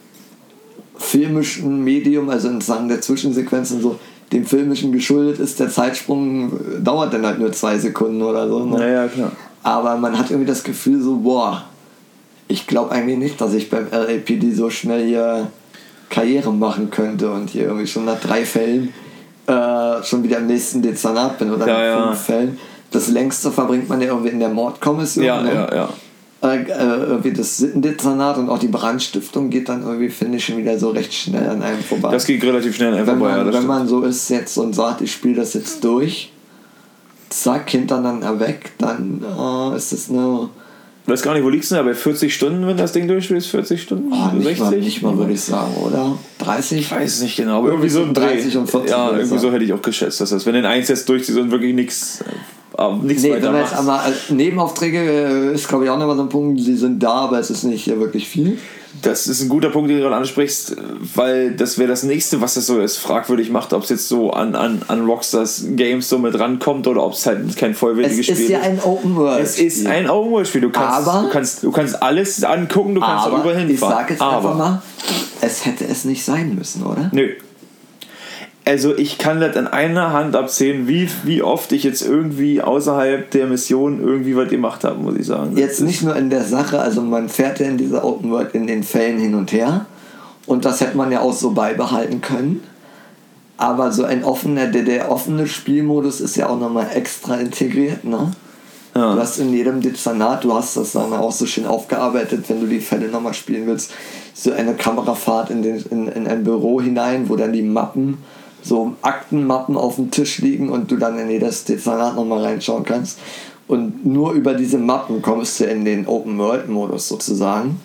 filmischen Medium, also entlang der Zwischensequenzen so, dem filmischen geschuldet ist, der Zeitsprung äh, dauert dann halt nur zwei Sekunden oder so. Ne? Ja, ja, klar. Aber man hat irgendwie das Gefühl so, boah, ich glaube eigentlich nicht, dass ich beim L A P D so schnell hier Karriere machen könnte und hier irgendwie schon nach drei Fällen äh, schon wieder im nächsten Dezernat bin oder Ja, nach ja. fünf Fällen. Das längste verbringt man ja irgendwie in der Mordkommission. Ja, ne? ja, ja. Äh, äh, irgendwie das Sittendezernat und auch die Brandstiftung geht dann irgendwie, finde ich, schon wieder so recht schnell an einem vorbei. Das geht relativ schnell einfach wenn vorbei. man, Ja, das wenn stimmt. man so ist jetzt und sagt, ich spiele das jetzt durch, zack, hintereinander weg, dann äh, ist das eine... Ich weiß gar nicht, wo liegst du denn? Bei vierzig Stunden, wenn das Ding durchspielst? vierzig Stunden? Oh, nicht, sechzig? mal, nicht mal, würde ich sagen, oder? dreißig? Ich weiß es nicht genau, aber irgendwie so ein Dreh. dreißig und vierzig Ja, würde ich irgendwie sagen. so hätte ich auch geschätzt, dass das, wenn den eins jetzt durchziehst und wirklich nichts äh, nichts Nee, weiter wenn man jetzt machst. einmal äh, Nebenaufträge äh, ist, glaube ich, auch nochmal so ein Punkt, sie sind da, aber es ist nicht äh, wirklich viel. Das ist ein guter Punkt, den du gerade ansprichst, weil das wäre das nächste, was das so ist, fragwürdig macht, ob es jetzt so an, an, an Rockstars Games so mit rankommt oder ob es halt kein vollwertiges Es Spiel ist ja ein Open World. Es ist ein Open-World-Spiel. Du kannst, Aber- du, kannst, du kannst alles angucken, du kannst auch aber überall ich hinfahren. sage jetzt aber, einfach mal, es hätte es nicht sein müssen, oder? Nö. Also ich kann das an einer Hand abzählen, wie, wie oft ich jetzt irgendwie außerhalb der Mission irgendwie was gemacht habe, muss ich sagen. Jetzt nicht nur in der Sache, also man fährt ja in dieser Open World in den Fällen hin und her und das hätte man ja auch so beibehalten können. Aber so ein offener, der, der offene Spielmodus ist ja auch nochmal extra integriert, ne? Ja. Du hast in jedem Dezernat, du hast das dann auch so schön aufgearbeitet, wenn du die Fälle nochmal spielen willst, so eine Kamerafahrt in, den, in, in ein Büro hinein, wo dann die Mappen, so Aktenmappen auf dem Tisch liegen und du dann in jedes Dezernat nochmal reinschauen kannst. Und nur über diese Mappen kommst du in den Open-World-Modus sozusagen.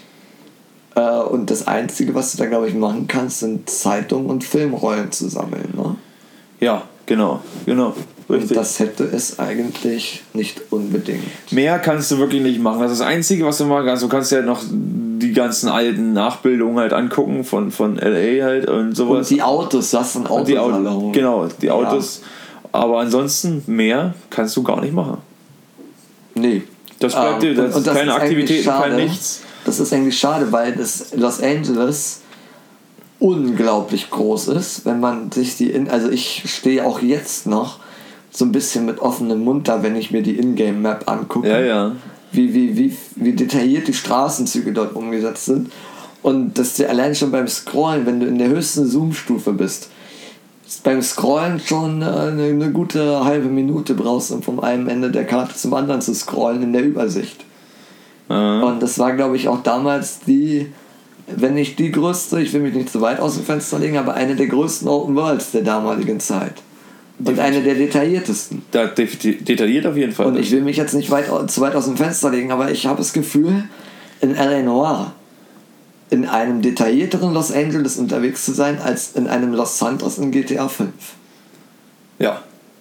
Äh, und das Einzige, was du da, glaube ich, machen kannst, sind Zeitungen und Filmrollen zu sammeln. Ne? Ja, genau, genau. Richtig. Und das hätte es eigentlich nicht unbedingt. Mehr kannst du wirklich nicht machen. Das ist das Einzige, was du machen kannst. Du kannst ja noch die ganzen alten Nachbildungen halt angucken von, von L A halt und sowas. Und die Autos, das sind Autos. Die Autos genau, die Autos. Ja. Aber ansonsten mehr kannst du gar nicht machen. Nee. Das bleibt dir, das, und das keine ist Aktivitäten, schade, kein nichts. Das ist eigentlich schade, weil das Los Angeles unglaublich groß ist, wenn man sich die, in, also ich stehe auch jetzt noch so ein bisschen mit offenem Mund da, wenn ich mir die Ingame-Map angucke. Ja, ja. Wie, wie, wie, wie detailliert die Straßenzüge dort umgesetzt sind. Und dass du allein schon beim Scrollen, wenn du in der höchsten Zoom-Stufe bist, beim Scrollen schon eine, eine gute halbe Minute brauchst, um vom einen Ende der Karte zum anderen zu scrollen in der Übersicht. Mhm. Und das war, glaube ich, auch damals die, wenn nicht die größte, ich will mich nicht zu weit aus dem Fenster legen, aber eine der größten Open Worlds der damaligen Zeit. Und definitiv. Eine der detailliertesten. Da, detailliert auf jeden Fall. Und ich will mich jetzt nicht weit, zu weit aus dem Fenster legen, aber ich habe das Gefühl, in L A Noire in einem detaillierteren Los Angeles unterwegs zu sein, als in einem Los Santos in G T A fünf. Ja.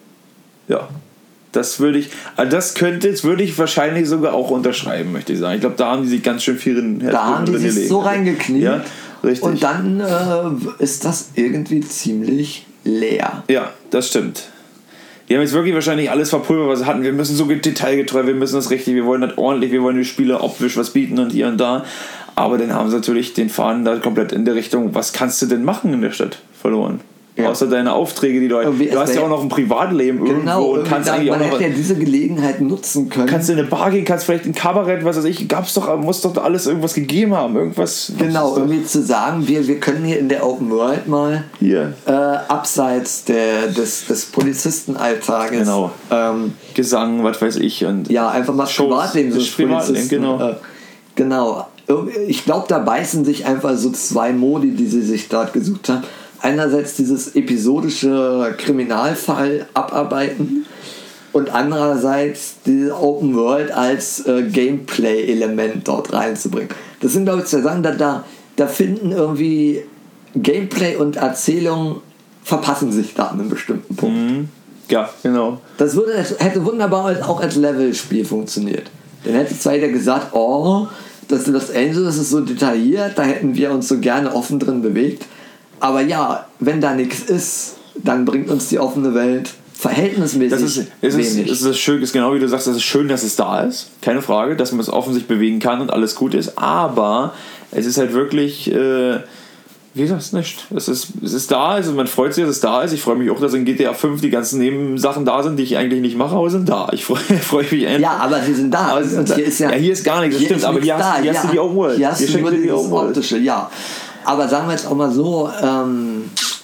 Ja. Das würde ich, also das könnte, das würde ich wahrscheinlich sogar auch unterschreiben, möchte ich sagen. Ich glaube, da haben die sich ganz schön viel in Da haben die sich gelegt. So reingekniet. Ja, richtig. Und dann äh, ist das irgendwie ziemlich leer. Ja, das stimmt. Die haben jetzt wirklich wahrscheinlich alles verpulvert, was sie hatten. Wir müssen so detailgetreu, wir müssen das richtig, wir wollen das ordentlich, wir wollen den Spieler optisch was bieten und hier und da. Aber dann haben sie natürlich den Faden da komplett in der Richtung, was kannst du denn machen in der Stadt, verloren. Ja. Außer deine Aufträge, die du irgendwie du hast ja auch noch ein Privatleben irgendwo genau, und kannst da, eigentlich man auch noch hätte ja diese Gelegenheit nutzen können. Kannst du in eine Bar gehen, kannst vielleicht ein Kabarett, was weiß ich, gab's doch, muss doch alles irgendwas gegeben haben, irgendwas. Genau, irgendwie zu sagen, wir, wir können hier in der Open World mal hier äh, abseits der, des, des Polizistenalltages genau. ähm, Gesang, was weiß ich und ja, einfach mal Shows, Privatleben des Privatleben, genau. Äh, genau. Ich glaube, da beißen sich einfach so zwei Modi, die sie sich dort gesucht haben. Einerseits dieses episodische Kriminalfall abarbeiten und andererseits die Open World als äh, Gameplay-Element dort reinzubringen. Das sind, glaube ich, zwei Sachen, da, da, da finden irgendwie Gameplay und Erzählung verpassen sich da an einem bestimmten Punkt. Mhm. Ja, genau. Das würde, hätte wunderbar auch als Levelspiel funktioniert. Dann hätte zwar jeder gesagt, oh, das Los Angeles ist so detailliert, da hätten wir uns so gerne offen drin bewegt. Aber ja, wenn da nichts ist, dann bringt uns die offene Welt verhältnismäßig das ist, es wenig. Ist, es ist schön, ist genau wie du sagst, es ist schön, dass es da ist. Keine Frage, dass man es offen sich bewegen kann und alles gut ist. Aber es ist halt wirklich, äh, wie sagst du nicht? Es ist, es ist da, also man freut sich, dass es da ist. Ich freue mich auch, dass in G T A fünf die ganzen Nebensachen da sind, die ich eigentlich nicht mache, aber sind da. Ich freue, freue mich endlich. Ja, aber sie sind da. Aber und hier ist ja, ja, hier ist gar nichts, das stimmt, aber hier hast, hier hast du die Open World. Hier hast du nur die optische, ja. Aber sagen wir jetzt auch mal so, ähm,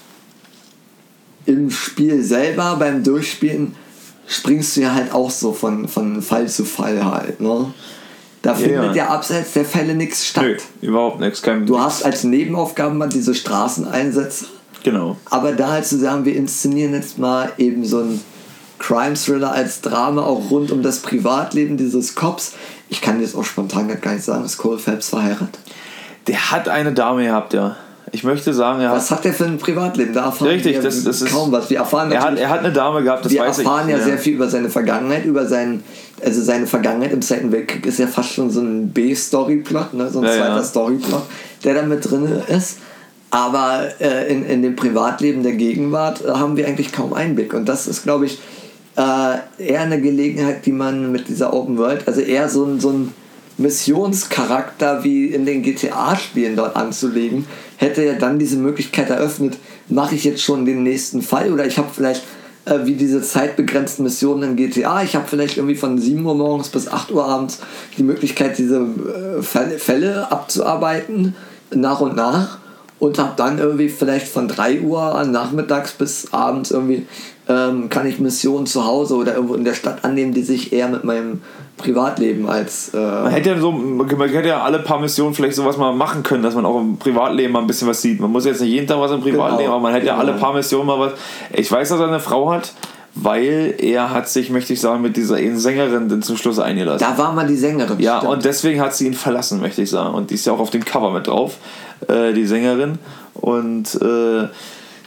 im Spiel selber, beim Durchspielen, springst du ja halt auch so von, von Fall zu Fall halt, ne? Da findet ja, ja abseits der Fälle nichts statt. Nö, überhaupt nichts. Kein du nix. hast als Nebenaufgaben mal diese Straßeneinsätze. Genau. Aber da halt zu sagen, wir inszenieren jetzt mal eben so einen Crime-Thriller als Drama, auch rund um das Privatleben dieses Cops. Ich kann jetzt auch spontan gar nicht sagen, ist Cole Phelps verheiratet? Der hat eine Dame gehabt, ja. Ich möchte sagen, er was hat der für ein Privatleben? Da erfahren richtig, wir das, das kaum ist, was. Wir erfahren er, hat, er hat eine Dame gehabt, das wir weiß ich. Wir erfahren ja, ja sehr viel über seine Vergangenheit, über seinen, also seine Vergangenheit im Zweiten Weltkrieg ist ja fast schon so ein B-Story-Plot, ne? So ein ja, zweiter ja. Story-Plot, der da mit drin ist. Aber äh, in, in dem Privatleben der Gegenwart äh, haben wir eigentlich kaum Einblick. Und das ist, glaube ich, äh, eher eine Gelegenheit, die man mit dieser Open World, also eher so ein, so ein Missionscharakter wie in den G T A-Spielen dort anzulegen, hätte ja dann diese Möglichkeit eröffnet, mache ich jetzt schon den nächsten Fall oder ich habe vielleicht äh, wie diese zeitbegrenzten Missionen in G T A, ich habe vielleicht irgendwie von sieben Uhr morgens bis acht Uhr abends die Möglichkeit, diese äh, Fälle abzuarbeiten, nach und nach, und habe dann irgendwie vielleicht von drei Uhr an nachmittags bis abends irgendwie ähm, kann ich Missionen zu Hause oder irgendwo in der Stadt annehmen, die sich eher mit meinem Privatleben als... Äh man hätte ja so, man hätte ja alle paar Missionen vielleicht sowas mal machen können, dass man auch im Privatleben mal ein bisschen was sieht. Man muss jetzt nicht jeden Tag was im Privatleben, genau, aber man hätte genau. ja alle paar Missionen mal was... Ich weiß, dass er eine Frau hat, weil er hat sich, möchte ich sagen, mit dieser Sängerin dann zum Schluss eingelassen. Da war mal die Sängerin. Ja, stimmt. Und deswegen hat sie ihn verlassen, möchte ich sagen. Und die ist ja auch auf dem Cover mit drauf, äh, die Sängerin. Und... Äh,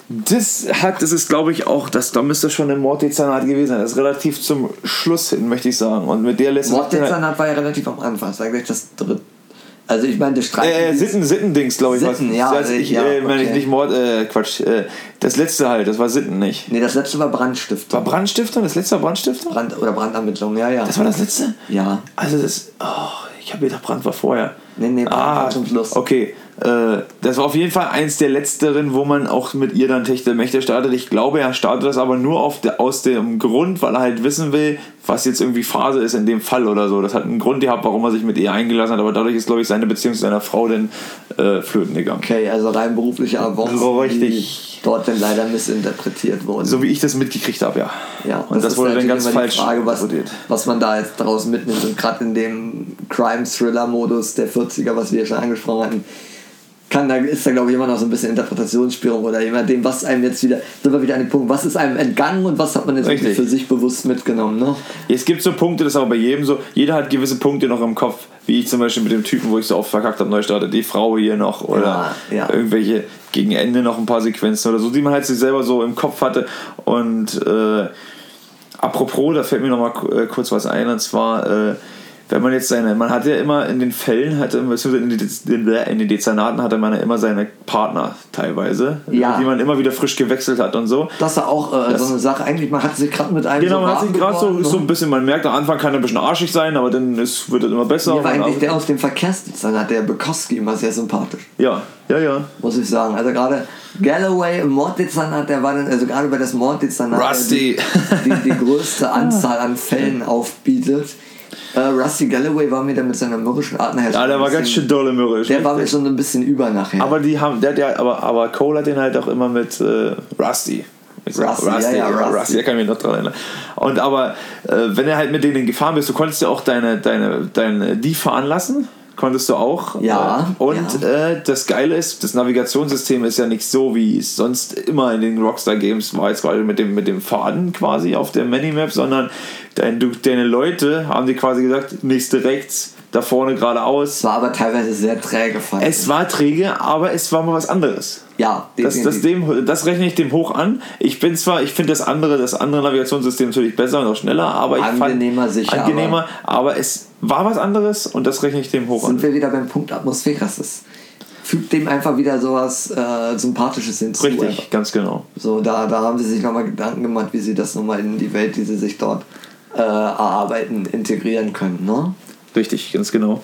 Das hat, das ist glaube ich auch, das, da müsste schon ein Morddezernat gewesen sein. Das ist relativ zum Schluss hin, möchte ich sagen. Und mit der lässt Morddezernat war ja relativ am Anfang, das war gleich das dritte. Also ich meine, das Streit... Äh, Sitten, Sittendings, glaube ich. Sitten, was. ja. Das, ich ja, äh, meine okay. ich nicht Mord, äh, Quatsch. Äh, das letzte halt, das war Sitten nicht. Nee, das letzte war Brandstiftung. War Brandstiftung? Das letzte war Brandstiftung? Brand oder Brandermittlung, ja, ja. Das war das letzte? Ja. Also das... Oh, ich habe gedacht, Brand war vorher. Nee, nee, Brand ah, war zum Schluss. Okay. Äh, das war auf jeden Fall eins der letzteren, wo man auch mit ihr dann Techtelmächte startet. Ich glaube, er startet das aber nur auf der, aus dem Grund, weil er halt wissen will, was jetzt irgendwie Phase ist in dem Fall oder so. Das hat einen Grund gehabt, warum er sich mit ihr eingelassen hat, aber dadurch ist, glaube ich, seine Beziehung zu seiner Frau dann äh, flöten gegangen. Okay, also rein berufliche Avancen, so richtig die dort dann leider missinterpretiert wurden. So wie ich das mitgekriegt habe, ja. Ja, und das, das wurde dann ganz falsch Frage, was, was man da jetzt daraus mitnimmt. Und gerade in dem Crime-Thriller-Modus der vierziger, was wir ja schon angesprochen hatten, kann, da ist da glaube ich immer noch so ein bisschen Interpretationsspielraum oder je nachdem, was einem jetzt wieder, sind wir wieder an den Punkt, was ist einem entgangen und was hat man jetzt wirklich für sich bewusst mitgenommen, ne? Es gibt so Punkte, das ist aber bei jedem so, jeder hat gewisse Punkte noch im Kopf, wie ich zum Beispiel mit dem Typen, wo ich so oft verkackt habe, Neustarter, die Frau hier noch oder ja, ja. irgendwelche gegen Ende noch ein paar Sequenzen oder so, die man halt sich selber so im Kopf hatte und äh, apropos, da fällt mir noch mal kurz was ein und zwar äh, wenn man jetzt seine, man hat ja immer in den Fällen, hatte, in den Dezernaten hatte man ja immer seine Partner teilweise, ja. die man immer wieder frisch gewechselt hat und so. Das war auch äh, das, so eine Sache, eigentlich, man hat sich gerade mit einem Genau, so man hat sich gerade so, so ein bisschen, man merkt, am Anfang kann er ein bisschen arschig sein, aber dann ist, wird es immer besser. Mir war eigentlich der aus dem Verkehrsdezernat, der Bukowski, immer sehr sympathisch. Ja, ja, ja. Muss ich sagen. Also gerade Galloway im Morddezernat, der war dann, also gerade bei das Morddezernat, Rusty. Die, die, die größte Anzahl an Fällen aufbietet. Uh, Rusty Galloway war mir dann mit seiner mürrischen Art nachher. Ja, der war ganz schön dolle mürrisch. Der war mir schon ein bisschen über nachher. Aber die haben, der, der, aber, aber Cole hat den halt auch immer mit äh, Rusty. Rusty, Rusty, ja, ja, Rusty. Rusty. Der kann mich noch dran erinnern. Und aber, äh, wenn er halt mit denen gefahren bist, du konntest ja auch deine, deine, deine, die fahren lassen. Konntest du auch. Ja. Äh, und ja. Äh, das Geile ist, das Navigationssystem ist ja nicht so, wie es sonst immer in den Rockstar-Games war, jetzt gerade mit dem, mit dem Faden quasi auf der Minimap, sondern dein, du, deine Leute haben dir quasi gesagt, nächste rechts, da vorne geradeaus. Es war aber teilweise sehr träge. Es war träge, aber es war mal was anderes. Ja, das, das, dem, das rechne ich dem hoch an. Ich bin zwar, ich finde das andere, das andere Navigationssystem natürlich besser und auch schneller, aber ich angenehmer, fand sicher, angenehmer, aber, aber es war was anderes und das rechne ich dem hoch sind an. Sind wir wieder beim Punkt Atmosphäre. Das fügt dem einfach wieder sowas äh, Sympathisches hinzu. Richtig, einfach. Ganz genau. So, da, da haben sie sich nochmal Gedanken gemacht, wie sie das nochmal in die Welt, die sie sich dort äh, erarbeiten, integrieren können, ne? Richtig, ganz genau.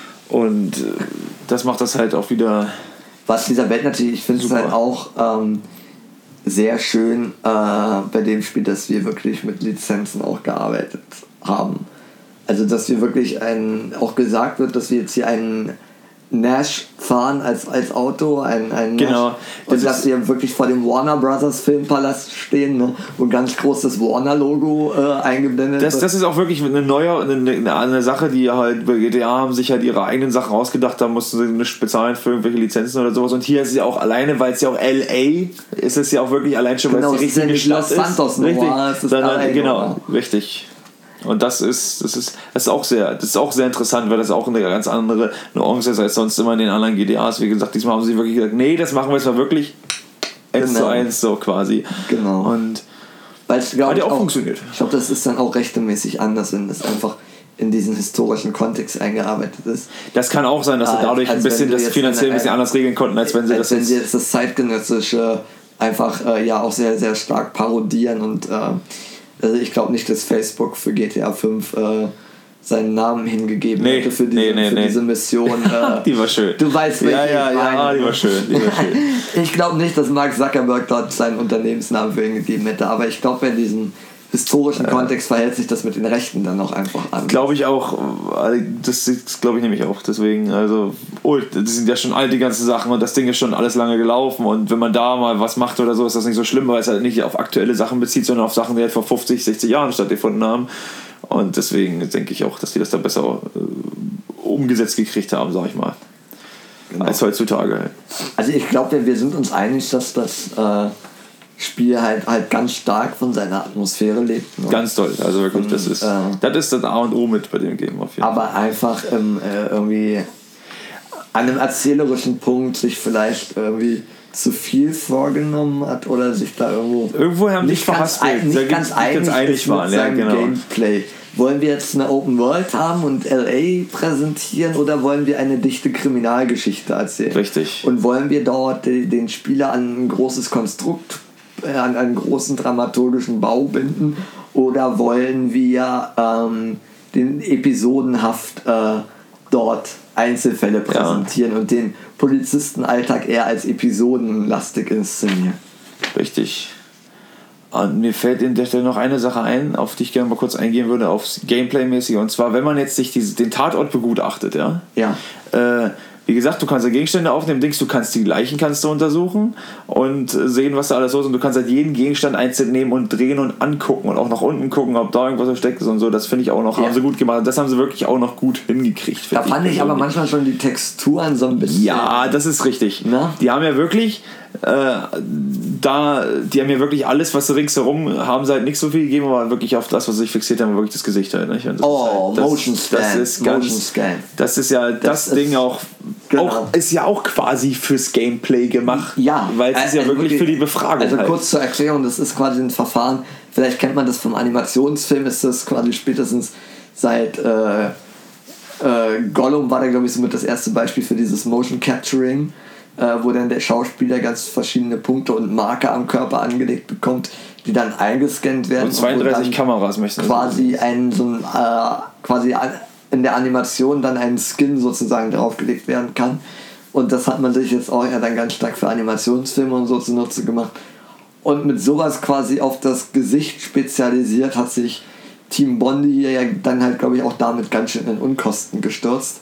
Und äh, das macht das halt auch wieder. Was dieser Welt natürlich, ich finde es halt auch ähm, sehr schön äh, bei dem Spiel, dass wir wirklich mit Lizenzen auch gearbeitet haben. Also, dass wir wirklich ein, auch gesagt wird, dass wir jetzt hier einen Nash fahren als, als Auto, ein, ein genau. Nash, und das dass wir wirklich vor dem Warner Brothers Filmpalast stehen, ne, wo ganz groß das Warner-Logo äh, eingeblendet das, wird. Das ist auch wirklich eine neue, eine, eine Sache, die halt bei G T A haben sich halt ihre eigenen Sachen ausgedacht, da mussten sie nicht bezahlen für irgendwelche Lizenzen oder sowas. Und hier ist es ja auch alleine, weil es ja auch L A ist, es ja auch wirklich allein schon, weil genau, es die richtige ja Stadt Los Santos ist. Richtig. Das ist Dann, L A, genau, oder? richtig. Und das ist, das ist, das ist auch sehr, das ist auch sehr interessant, weil das auch eine ganz andere Nuance ist als sonst immer in den anderen G T As. Wie gesagt, diesmal haben sie wirklich gesagt, nee, das machen wir jetzt mal wirklich eins zu eins so quasi. Genau. Und Weil's, glaub hat ja auch, auch funktioniert. Ich glaube, das ist dann auch rechtmäßig anders, wenn das einfach in diesen historischen Kontext eingearbeitet ist. Das kann auch sein, dass sie dadurch ein bisschen das finanziell ein bisschen anders regeln konnten, als wenn sie als das wenn jetzt sie jetzt das zeitgenössische einfach äh, ja auch sehr, sehr stark parodieren und äh, also ich glaube nicht, dass Facebook für G T A fünf äh, seinen Namen hingegeben nee, hätte für diese, nee, nee, für nee. diese Mission. Äh, die war schön. Du weißt, welche ja, ja, ich meine. ja, die war schön. Die war schön. Ich glaube nicht, dass Mark Zuckerberg dort seinen Unternehmensnamen für ihn gegeben hätte, aber ich glaube, in diesem historischen ja. Kontext verhält sich das mit den Rechten dann auch einfach an. Glaube ich auch, das, das glaube ich nämlich auch. Deswegen, also, oh, das sind ja schon all die ganzen Sachen und das Ding ist schon alles lange gelaufen und wenn man da mal was macht oder so, ist das nicht so schlimm, weil es halt nicht auf aktuelle Sachen bezieht, sondern auf Sachen, die halt vor fünfzig, sechzig Jahren stattgefunden haben. Und deswegen denke ich auch, dass die das da besser äh, umgesetzt gekriegt haben, sag ich mal. Genau. Als heutzutage. Also ich glaube, wir sind uns einig, dass das äh, Spiel halt, halt ganz stark von seiner Atmosphäre lebt. Ne? Ganz toll, also wirklich, und, das ist äh, das ist das A und O mit bei dem Game auf jeden aber Fall. Einfach ähm, äh, irgendwie an einem erzählerischen Punkt sich vielleicht irgendwie zu viel vorgenommen hat oder sich da irgendwo irgendwo haben nicht sich ganz, verhaspelt, nicht nicht ganz ganz einig, einig mit waren, ja, seinem genau. Gameplay. Wollen wir jetzt eine Open World haben und L A präsentieren oder wollen wir eine dichte Kriminalgeschichte erzählen? Richtig. Und wollen wir dort den Spieler an ein großes Konstrukt, äh, an einen großen dramaturgischen Bau binden oder wollen wir ähm, den episodenhaft äh, dort Einzelfälle präsentieren ja. und den Polizistenalltag eher als episodenlastig inszenieren? Richtig. Und mir fällt in der Stelle noch eine Sache ein, auf die ich gerne mal kurz eingehen würde, aufs Gameplay-mäßige. Und zwar, wenn man jetzt sich diese, den Tatort begutachtet, ja. Ja. Äh, wie gesagt, du kannst ja Gegenstände aufnehmen, Dings, du kannst die Leichen kannst du untersuchen und sehen, was da alles so ist. Und du kannst halt jeden Gegenstand einzeln nehmen und drehen und angucken und auch nach unten gucken, ob da irgendwas versteckt ist und so. Das finde ich auch noch, ja. haben sie gut gemacht. Das haben sie wirklich auch noch gut hingekriegt. Da fand ich, ich aber manchmal schon die Texturen so ein bisschen. Ja, das ist richtig. Na? Die haben ja wirklich äh, da, die haben ja wirklich alles, was ringsherum haben sie halt nicht so viel gegeben, aber wirklich auf das, was sie sich fixiert haben, wirklich das Gesicht halt. Nicht? Und das oh, ist halt, das, Motion Scan. Das ist ganz, Motion Scan. Das ist ja das, das Ding auch, genau. auch, ist ja auch quasi fürs Gameplay gemacht. Ja. Weil es ist ja also wirklich, wirklich für die Befragung. Also halt. kurz zur Erklärung, das ist quasi ein Verfahren, vielleicht kennt man das vom Animationsfilm, ist das quasi spätestens seit äh, äh, Gollum war da glaube ich somit das erste Beispiel für dieses Motion Capturing, äh, wo dann der Schauspieler ganz verschiedene Punkte und Marker am Körper angelegt bekommt, die dann eingescannt werden. Und zweiunddreißig und Kameras möchten quasi einen so ein, äh, quasi in der Animation dann ein Skin sozusagen draufgelegt werden kann. Und das hat man sich jetzt auch ja dann ganz stark für Animationsfilme und so zunutze gemacht. Und mit sowas quasi auf das Gesicht spezialisiert hat sich Team Bondi hier ja dann halt, glaube ich, auch damit ganz schön in Unkosten gestürzt.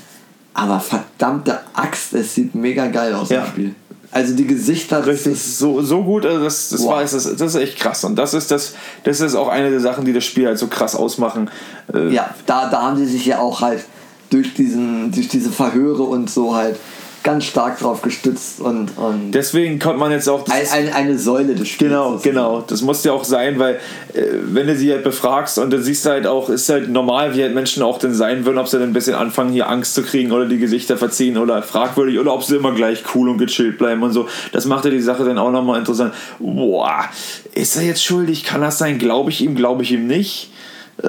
Aber verdammte Axt, es sieht mega geil aus, ja. im Spiel. Also die Gesichter... Das ist so, so gut, also das, das, wow. war, das, das ist echt krass. Und das ist, das, das ist auch eine der Sachen, die das Spiel halt so krass ausmachen. Ja, da, da haben sie sich ja auch halt durch, diesen, durch diese Verhöre und so halt ganz stark drauf gestützt und, und deswegen konnte man jetzt auch das ein, ein, eine Säule des Spiels. Genau, genau. Das muss ja auch sein, weil äh, wenn du sie halt befragst und dann siehst du halt auch, ist halt normal, wie halt Menschen auch denn sein würden, ob sie dann ein bisschen anfangen, hier Angst zu kriegen oder die Gesichter verziehen oder fragwürdig oder ob sie immer gleich cool und gechillt bleiben und so. Das macht ja die Sache dann auch nochmal interessant. Boah, ist er jetzt schuldig? Kann das sein? Glaube ich ihm? Glaube ich ihm nicht? Äh,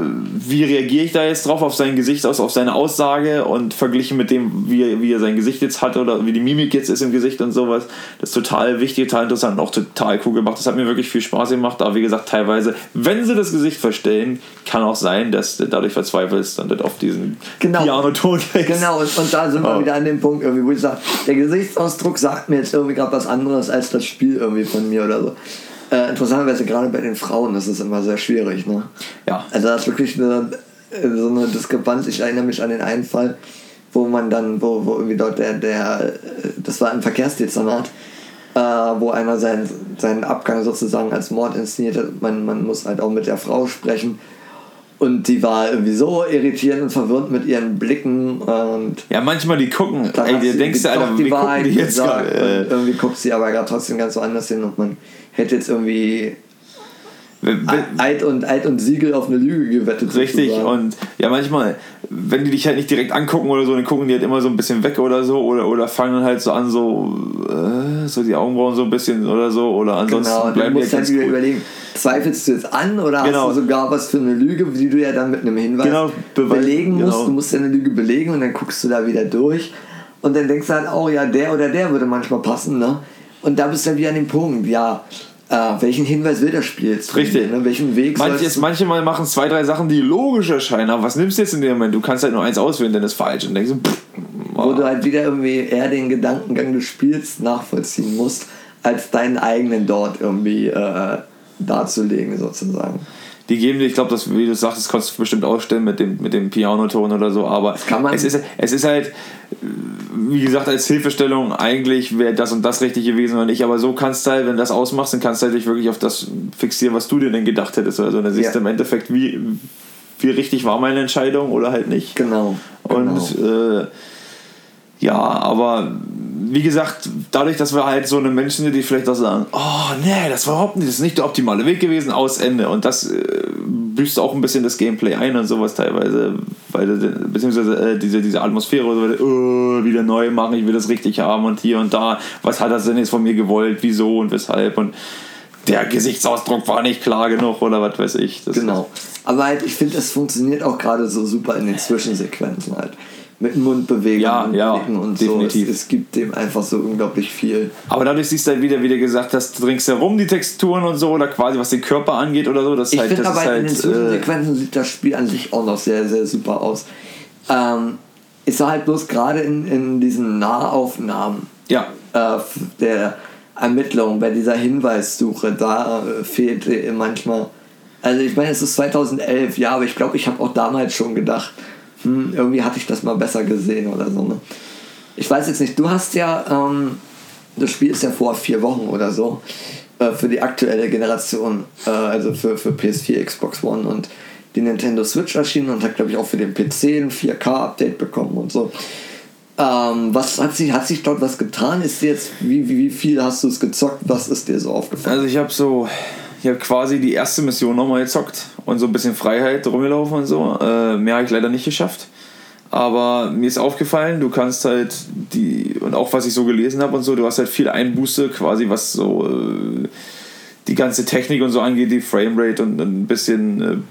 wie reagiere ich da jetzt drauf auf sein Gesicht aus, auf seine Aussage und verglichen mit dem, wie er, wie er sein Gesicht jetzt hat oder wie die Mimik jetzt ist im Gesicht und sowas. Das ist total wichtig, total interessant und auch total cool gemacht. Das hat mir wirklich viel Spaß gemacht, aber wie gesagt, teilweise, wenn sie das Gesicht verstellen, kann auch sein, dass du dadurch verzweifelst und das auf diesen genau. Piano-Ton legst. Genau, und, und da sind wir oh. wieder an dem Punkt, irgendwie, wo ich sage, der Gesichtsausdruck sagt mir jetzt irgendwie gerade was anderes als das Spiel irgendwie von mir oder so. Äh, interessanterweise gerade bei den Frauen ist es immer sehr schwierig, ne? Ja. Also das ist wirklich eine, so eine Diskrepanz. Ich erinnere mich an den einen Fall, wo man dann, wo, wo irgendwie dort der, der, das war im Verkehrsdezernat, äh, wo einer seinen, seinen Abgang sozusagen als Mord inszeniert hat. Man, man muss halt auch mit der Frau sprechen. Und die war irgendwie so irritierend und verwirrt mit ihren Blicken. Und ja, manchmal die gucken, ey, dir denkst du, Alter, wie gucken die jetzt gerade? Äh, irgendwie guckt sie aber gerade trotzdem ganz so anders hin und man hätte jetzt irgendwie Eid und, Eid und Siegel auf eine Lüge gewettet. Richtig, sozusagen. Und ja, manchmal, wenn die dich halt nicht direkt angucken oder so, dann gucken die halt immer so ein bisschen weg oder so oder, oder fangen halt so an, so, äh, so die Augenbrauen so ein bisschen oder so oder ansonsten genau, bleiben die halt ganz wieder cool. Überlegen, zweifelst du jetzt an oder genau. hast du sogar was für eine Lüge, die du ja dann mit einem Hinweis genau, belegen musst. Genau. Du musst ja eine Lüge belegen und dann guckst du da wieder durch und dann denkst du halt auch, ja, der oder der würde manchmal passen, ne? Und da bist du dann wieder an dem Punkt, ja, Äh, welchen Hinweis will das Spiel jetzt? Richtig. Ne? Welchen Weg Manches, Manchmal machen zwei, drei Sachen, die logisch erscheinen, aber was nimmst du jetzt in dem Moment? Du kannst halt nur eins auswählen, dann ist falsch. Und denkst so, pff, oh. Wo du halt wieder irgendwie eher den Gedankengang des Spiels nachvollziehen musst, als deinen eigenen dort irgendwie äh, darzulegen, sozusagen. Die geben dir, ich glaube, das, wie du sagst, das kannst du bestimmt ausstellen mit dem, mit dem Pianoton oder so, aber kann man es, ist, es ist halt, wie gesagt, als Hilfestellung, eigentlich wäre das und das richtig gewesen oder nicht, aber so kannst du halt, wenn du das ausmachst, dann kannst du halt dich wirklich auf das fixieren, was du dir denn gedacht hättest. Also dann siehst ja. du im Endeffekt, wie, wie richtig war meine Entscheidung oder halt nicht. Genau. Und genau. Äh, ja, aber wie gesagt, dadurch, dass wir halt so eine Menschen sind, die vielleicht auch sagen, oh nee, das war überhaupt nicht, das ist nicht der optimale Weg gewesen, aus Ende. Und das äh, büßt auch ein bisschen das Gameplay ein und sowas teilweise, weil beziehungsweise äh, diese, diese Atmosphäre oder so, uh, wieder neu machen, ich will das richtig haben und hier und da, was hat das denn jetzt von mir gewollt, wieso und weshalb und der Gesichtsausdruck war nicht klar genug oder was weiß ich. Das genau. Aber halt, ich finde, es funktioniert auch gerade so super in den Zwischensequenzen halt. Mit Mundbewegungen ja, und ja, Blicken und definitiv. so. Es, es gibt dem einfach so unglaublich viel. Aber dadurch siehst du halt wieder, wie du gesagt hast, du ringsherum die Texturen und so oder quasi was den Körper angeht oder so. Das ich halt, finde aber halt, in den Zwischensequenzen äh, sieht das Spiel an sich auch noch sehr, sehr super aus. Ähm, es war halt bloß gerade in, in diesen Nahaufnahmen ja. äh, der Ermittlung, bei dieser Hinweissuche, da äh, fehlt äh, manchmal. Also ich meine, es ist zweitausendelf, ja, aber ich glaube, ich habe auch damals schon gedacht, hm, irgendwie hatte ich das mal besser gesehen oder so. Ne? Ich weiß jetzt nicht, du hast ja, ähm, das Spiel ist ja vor vier Wochen oder so, äh, für die aktuelle Generation, äh, also für, für P S vier, Xbox One und die Nintendo Switch erschienen und hat, glaube ich, auch für den P C ein vier K-Update bekommen und so. Ähm, was hat sich, hat sich dort was getan? Ist dir jetzt, wie, wie, wie viel hast du es gezockt? Was ist dir so aufgefallen? Also ich habe so... Ich habe quasi die erste Mission nochmal gezockt und so ein bisschen Freiheit rumgelaufen und so. Äh, mehr habe ich leider nicht geschafft. Aber mir ist aufgefallen, du kannst halt die, und auch was ich so gelesen habe und so, du hast halt viel Einbuße quasi, was so äh, die ganze Technik und so angeht, die Framerate und ein bisschen äh,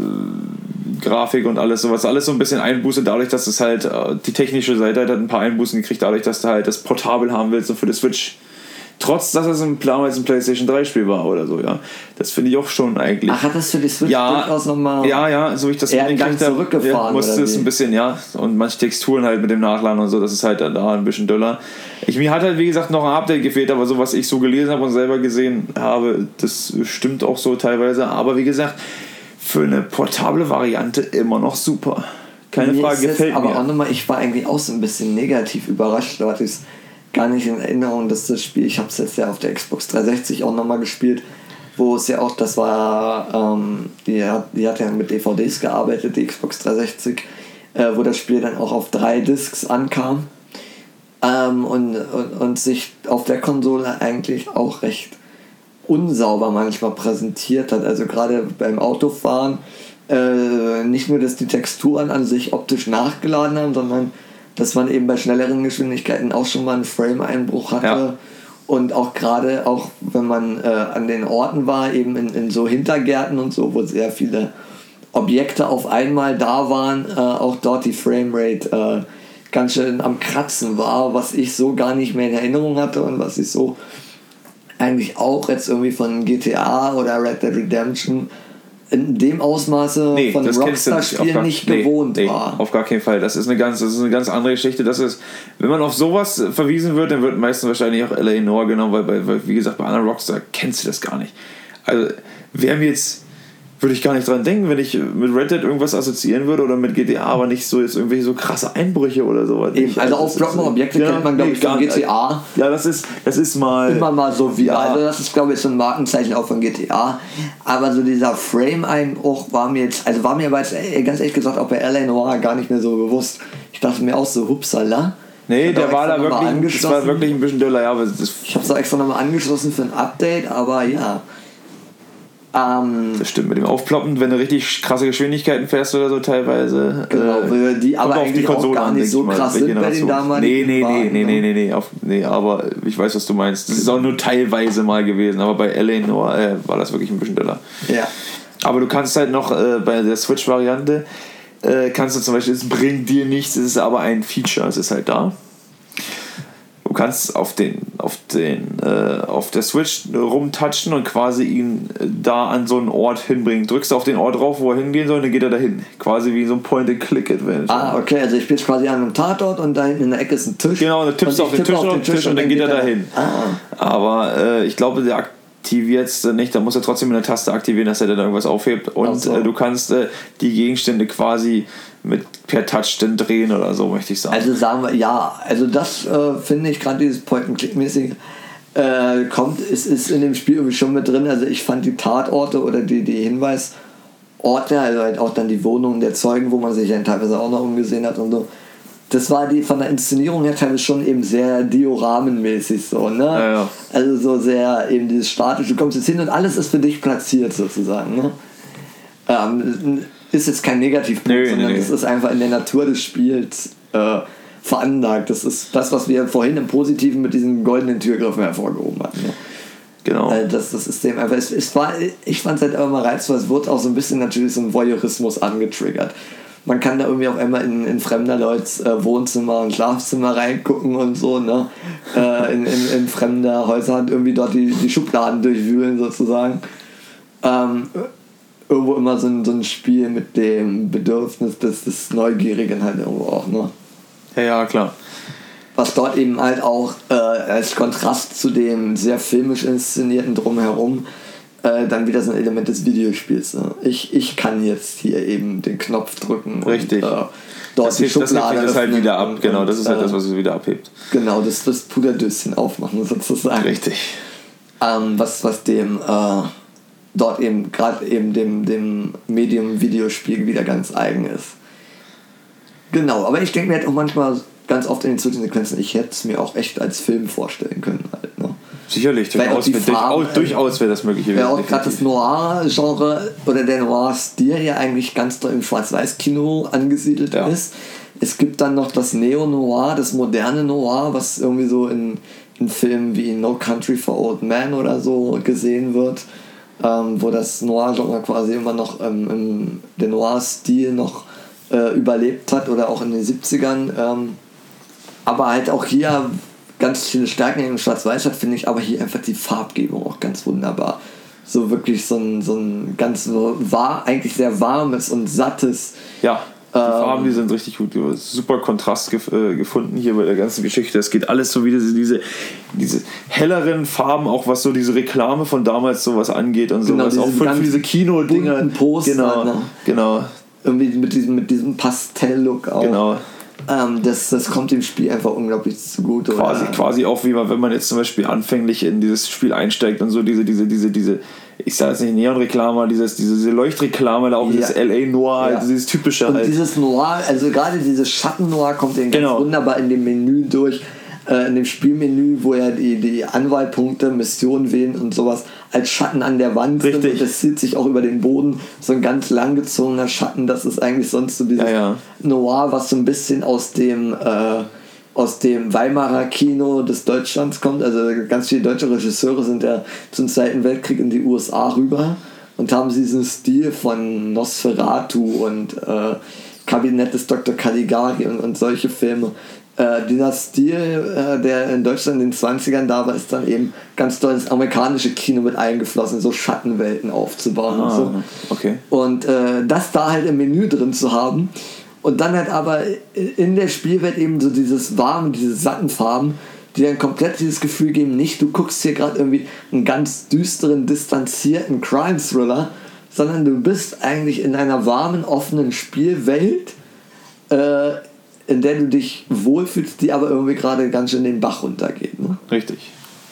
äh, Grafik und alles sowas. Alles so ein bisschen Einbuße dadurch, dass es halt, äh, die technische Seite hat ein paar Einbußen gekriegt, dadurch, dass du halt das portabel haben willst und für die Switch. Trotz, dass es ein, damals ein PlayStation drei Spiel war oder so, ja. Das finde ich auch schon eigentlich. Ach, hat das für die Switch ja, durchaus nochmal ja, ja, so wie ich das eher einen Gang zurückgefahren? Ja, musste es ein bisschen, ja. Und manche Texturen halt mit dem Nachladen und so, das ist halt da ein bisschen döller. Ich, mir hat halt, wie gesagt, noch ein Update gefehlt, aber so, was ich so gelesen habe und selber gesehen habe, das stimmt auch so teilweise. Aber wie gesagt, für eine portable Variante immer noch super. Keine mir Frage, gefällt mir. Aber auch nochmal, ich war eigentlich auch so ein bisschen negativ überrascht, da hatte ich es gar nicht in Erinnerung, dass das Spiel, ich habe es jetzt ja auf der Xbox dreihundertsechzig auch nochmal gespielt, wo es ja auch, das war, ähm, die, hat, die hat ja mit D V Ds gearbeitet, die Xbox dreihundertsechzig, äh, wo das Spiel dann auch auf drei Discs ankam ähm, und, und, und sich auf der Konsole eigentlich auch recht unsauber manchmal präsentiert hat, also gerade beim Autofahren, äh, nicht nur, dass die Texturen an sich optisch nachgeladen haben, sondern dass man eben bei schnelleren Geschwindigkeiten auch schon mal einen Frame-Einbruch hatte. Ja. Und auch gerade, auch wenn man äh, an den Orten war, eben in, in so Hintergärten und so, wo sehr viele Objekte auf einmal da waren, äh, auch dort die Framerate äh, ganz schön am Kratzen war, was ich so gar nicht mehr in Erinnerung hatte und was ich so eigentlich auch jetzt irgendwie von G T A oder Red Dead Redemption in dem Ausmaße nee, von Rockstar-Spielen nicht, nicht gewohnt nee, war. Nee, auf gar keinen Fall. Das ist eine ganz, das ist eine ganz andere Geschichte. Das ist, wenn man auf sowas verwiesen wird, dann wird meistens wahrscheinlich auch L A Noire genommen, weil, bei, weil wie gesagt, bei anderen Rockstar kennst du das gar nicht. Also, wer mir jetzt, würde ich gar nicht dran denken, wenn ich mit Red Dead irgendwas assoziieren würde oder mit G T A, aber nicht so jetzt irgendwelche so krasse Einbrüche oder sowas. Eben, also aufploppende Objekte ja, kennt man, glaube nee, ich, von G T A. Ja, das ist, das ist mal... Immer mal so wie, ja. Also das ist, glaube ich, so ein Markenzeichen auch von G T A. Aber so dieser Frame-Einbruch war mir jetzt, also war mir aber jetzt, ey, ganz ehrlich gesagt, auch bei L A Noire gar nicht mehr so bewusst. Ich dachte mir auch so, hupsala. Nee, der war da wirklich, das war wirklich ein bisschen döller, ja. Aber das ich habe es auch extra nochmal angeschlossen für ein Update, aber ja... Um, das stimmt mit dem Aufploppen, wenn du richtig krasse Geschwindigkeiten fährst oder so teilweise. Genau, äh, die aber eigentlich die Konsole auch gar nicht so krass sind bei den damaligen Nee, nee, nee, nee, nee, nee, nee, auf, nee, aber ich weiß, was du meinst. Das ist auch nur teilweise mal gewesen, aber bei L A Noire äh, war das wirklich ein bisschen döller. Ja. Aber du kannst halt noch äh, bei der Switch-Variante, äh, kannst du zum Beispiel, es bringt dir nichts, es ist aber ein Feature, es ist halt da. Du kannst auf den, auf den, äh, auf der Switch rumtatschen und quasi ihn da an so einen Ort hinbringen. Drückst auf den Ort drauf, wo er hingehen soll, und dann geht er dahin. Quasi wie so ein Point-and-Click-Adventure. Ah, okay, also ich bin quasi an einem Tatort und da hinten in der Ecke ist ein Tisch. Genau, und du tippst auf den Tisch, auf den Tisch, Tisch und dann geht er dahin. Ah. Aber äh, ich glaube, der aktiviert es nicht, da muss er trotzdem mit der Taste aktivieren, dass er dann irgendwas aufhebt. Und so. äh, du kannst äh, die Gegenstände quasi mit per Touch dann drehen oder so, möchte ich sagen. Also sagen wir, ja, also das äh, finde ich gerade dieses Point-and-Click-mäßige äh, kommt, ist, ist in dem Spiel irgendwie schon mit drin. Also ich fand die Tatorte oder die, die Hinweisorte, also halt auch dann die Wohnungen der Zeugen, wo man sich dann teilweise auch noch umgesehen hat und so, das war die von der Inszenierung her teilweise schon eben sehr dioramenmäßig so, ne? Ja, ja. Also so sehr eben dieses statische, du kommst jetzt hin und alles ist für dich platziert sozusagen, ne? Ähm, ist jetzt kein Negativpunkt, nee, sondern nee, es nee. ist einfach in der Natur des Spiels äh, veranlagt. Das ist das, was wir vorhin im Positiven mit diesen goldenen Türgriffen hervorgehoben hatten. Ne? Genau. Äh, das, das System einfach, es, es war, ich fand es halt immer mal reizvoll, es wird auch so ein bisschen natürlich so ein Voyeurismus angetriggert. Man kann da irgendwie auch einmal in, in fremder Leuts äh, Wohnzimmer und Schlafzimmer reingucken und so, ne? Äh, in, in, in fremder Häuser und irgendwie dort die, die Schubladen durchwühlen sozusagen. Ähm, irgendwo immer so ein, so ein Spiel mit dem Bedürfnis des, des Neugierigen halt irgendwo auch, ne? Ja, ja, klar. Was dort eben halt auch äh, als Kontrast zu dem sehr filmisch inszenierten Drumherum äh, dann wieder so ein Element des Videospiels. Ne? Ich, ich kann jetzt hier eben den Knopf drücken. Richtig. Und, äh, dort das die hebt, Schublade das, das halt wieder ab. Und, genau, das ist halt äh, das, was es wieder abhebt. Genau, das, das Puderdöschen aufmachen sozusagen. Richtig. Ähm, was, was dem äh, dort eben gerade eben dem, dem Medium Videospiel wieder ganz eigen ist. Genau, aber ich denke mir halt auch manchmal ganz oft in den Zwischensequenzen, ich hätte es mir auch echt als Film vorstellen können halt, ne? Sicherlich, durchaus, durchaus, durchaus, durchaus wäre das möglich gewesen. Ja, auch gerade das Noir-Genre oder der Noir-Stil ja eigentlich ganz doll im Schwarz-Weiß-Kino angesiedelt ja. ist. Es gibt dann noch das Neo-Noir, das moderne Noir, was irgendwie so in, in Filmen wie No Country for Old Men oder so gesehen wird, ähm, wo das Noir-Genre quasi immer noch ähm, im, der Noir-Stil noch äh, überlebt hat oder auch in den siebzigern. Ähm, aber halt auch hier ganz viele Stärken in Schwarz-Weiß hat, finde ich, aber hier einfach die Farbgebung auch ganz wunderbar. So wirklich so ein, so ein ganz war, eigentlich sehr warmes und sattes. Ja, die ähm, Farben, die sind richtig gut. Super Kontrast gef- äh, gefunden hier bei der ganzen Geschichte. Es geht alles so wie diese, diese, diese helleren Farben, auch was so diese Reklame von damals sowas angeht und genau, sowas. Auch für, für diese Kino-Dinger. Poster, genau, ne? genau. Irgendwie mit diesem, mit diesem Pastell-Look auch. Genau. Ähm, das, das kommt dem Spiel einfach unglaublich zugute. Quasi, quasi auch wie man, wenn man jetzt zum Beispiel anfänglich in dieses Spiel einsteigt und so diese, diese, diese, diese, ich sag jetzt nicht Neonreklame, dieses, diese, diese Leuchtreklame, da auch ja. dieses L A Noir, ja. dieses typische und halt. dieses Noir, also gerade dieses Schatten-Noir kommt eben genau. ganz wunderbar in dem Menü durch, äh, in dem Spielmenü, wo ja die, die Anwahlpunkte, Missionen wählen und sowas als Schatten an der Wand Richtig. sind und das zieht sich auch über den Boden, so ein ganz langgezogener Schatten, das ist eigentlich sonst so dieses ja, ja. Noir, was so ein bisschen aus dem äh, aus dem Weimarer Kino des Deutschlands kommt, also ganz viele deutsche Regisseure sind ja zum Zweiten Weltkrieg in die U S A rüber und haben diesen Stil von Nosferatu und äh, Kabinett des Doktor Caligari und, und solche Filme. Äh, dieser Stil, äh, der in Deutschland in den zwanzigern da war, ist dann eben ganz doll ins amerikanische Kino mit eingeflossen, so Schattenwelten aufzubauen ah, und so. Okay. Und äh, das da halt im Menü drin zu haben und dann halt aber in der Spielwelt eben so dieses warme, diese satten Farben, die dann komplett dieses Gefühl geben, nicht du guckst hier gerade irgendwie einen ganz düsteren, distanzierten Crime-Thriller, sondern du bist eigentlich in einer warmen, offenen Spielwelt, äh, in der du dich wohlfühlst, die aber irgendwie gerade ganz schön den Bach runtergeht. Ne? Richtig.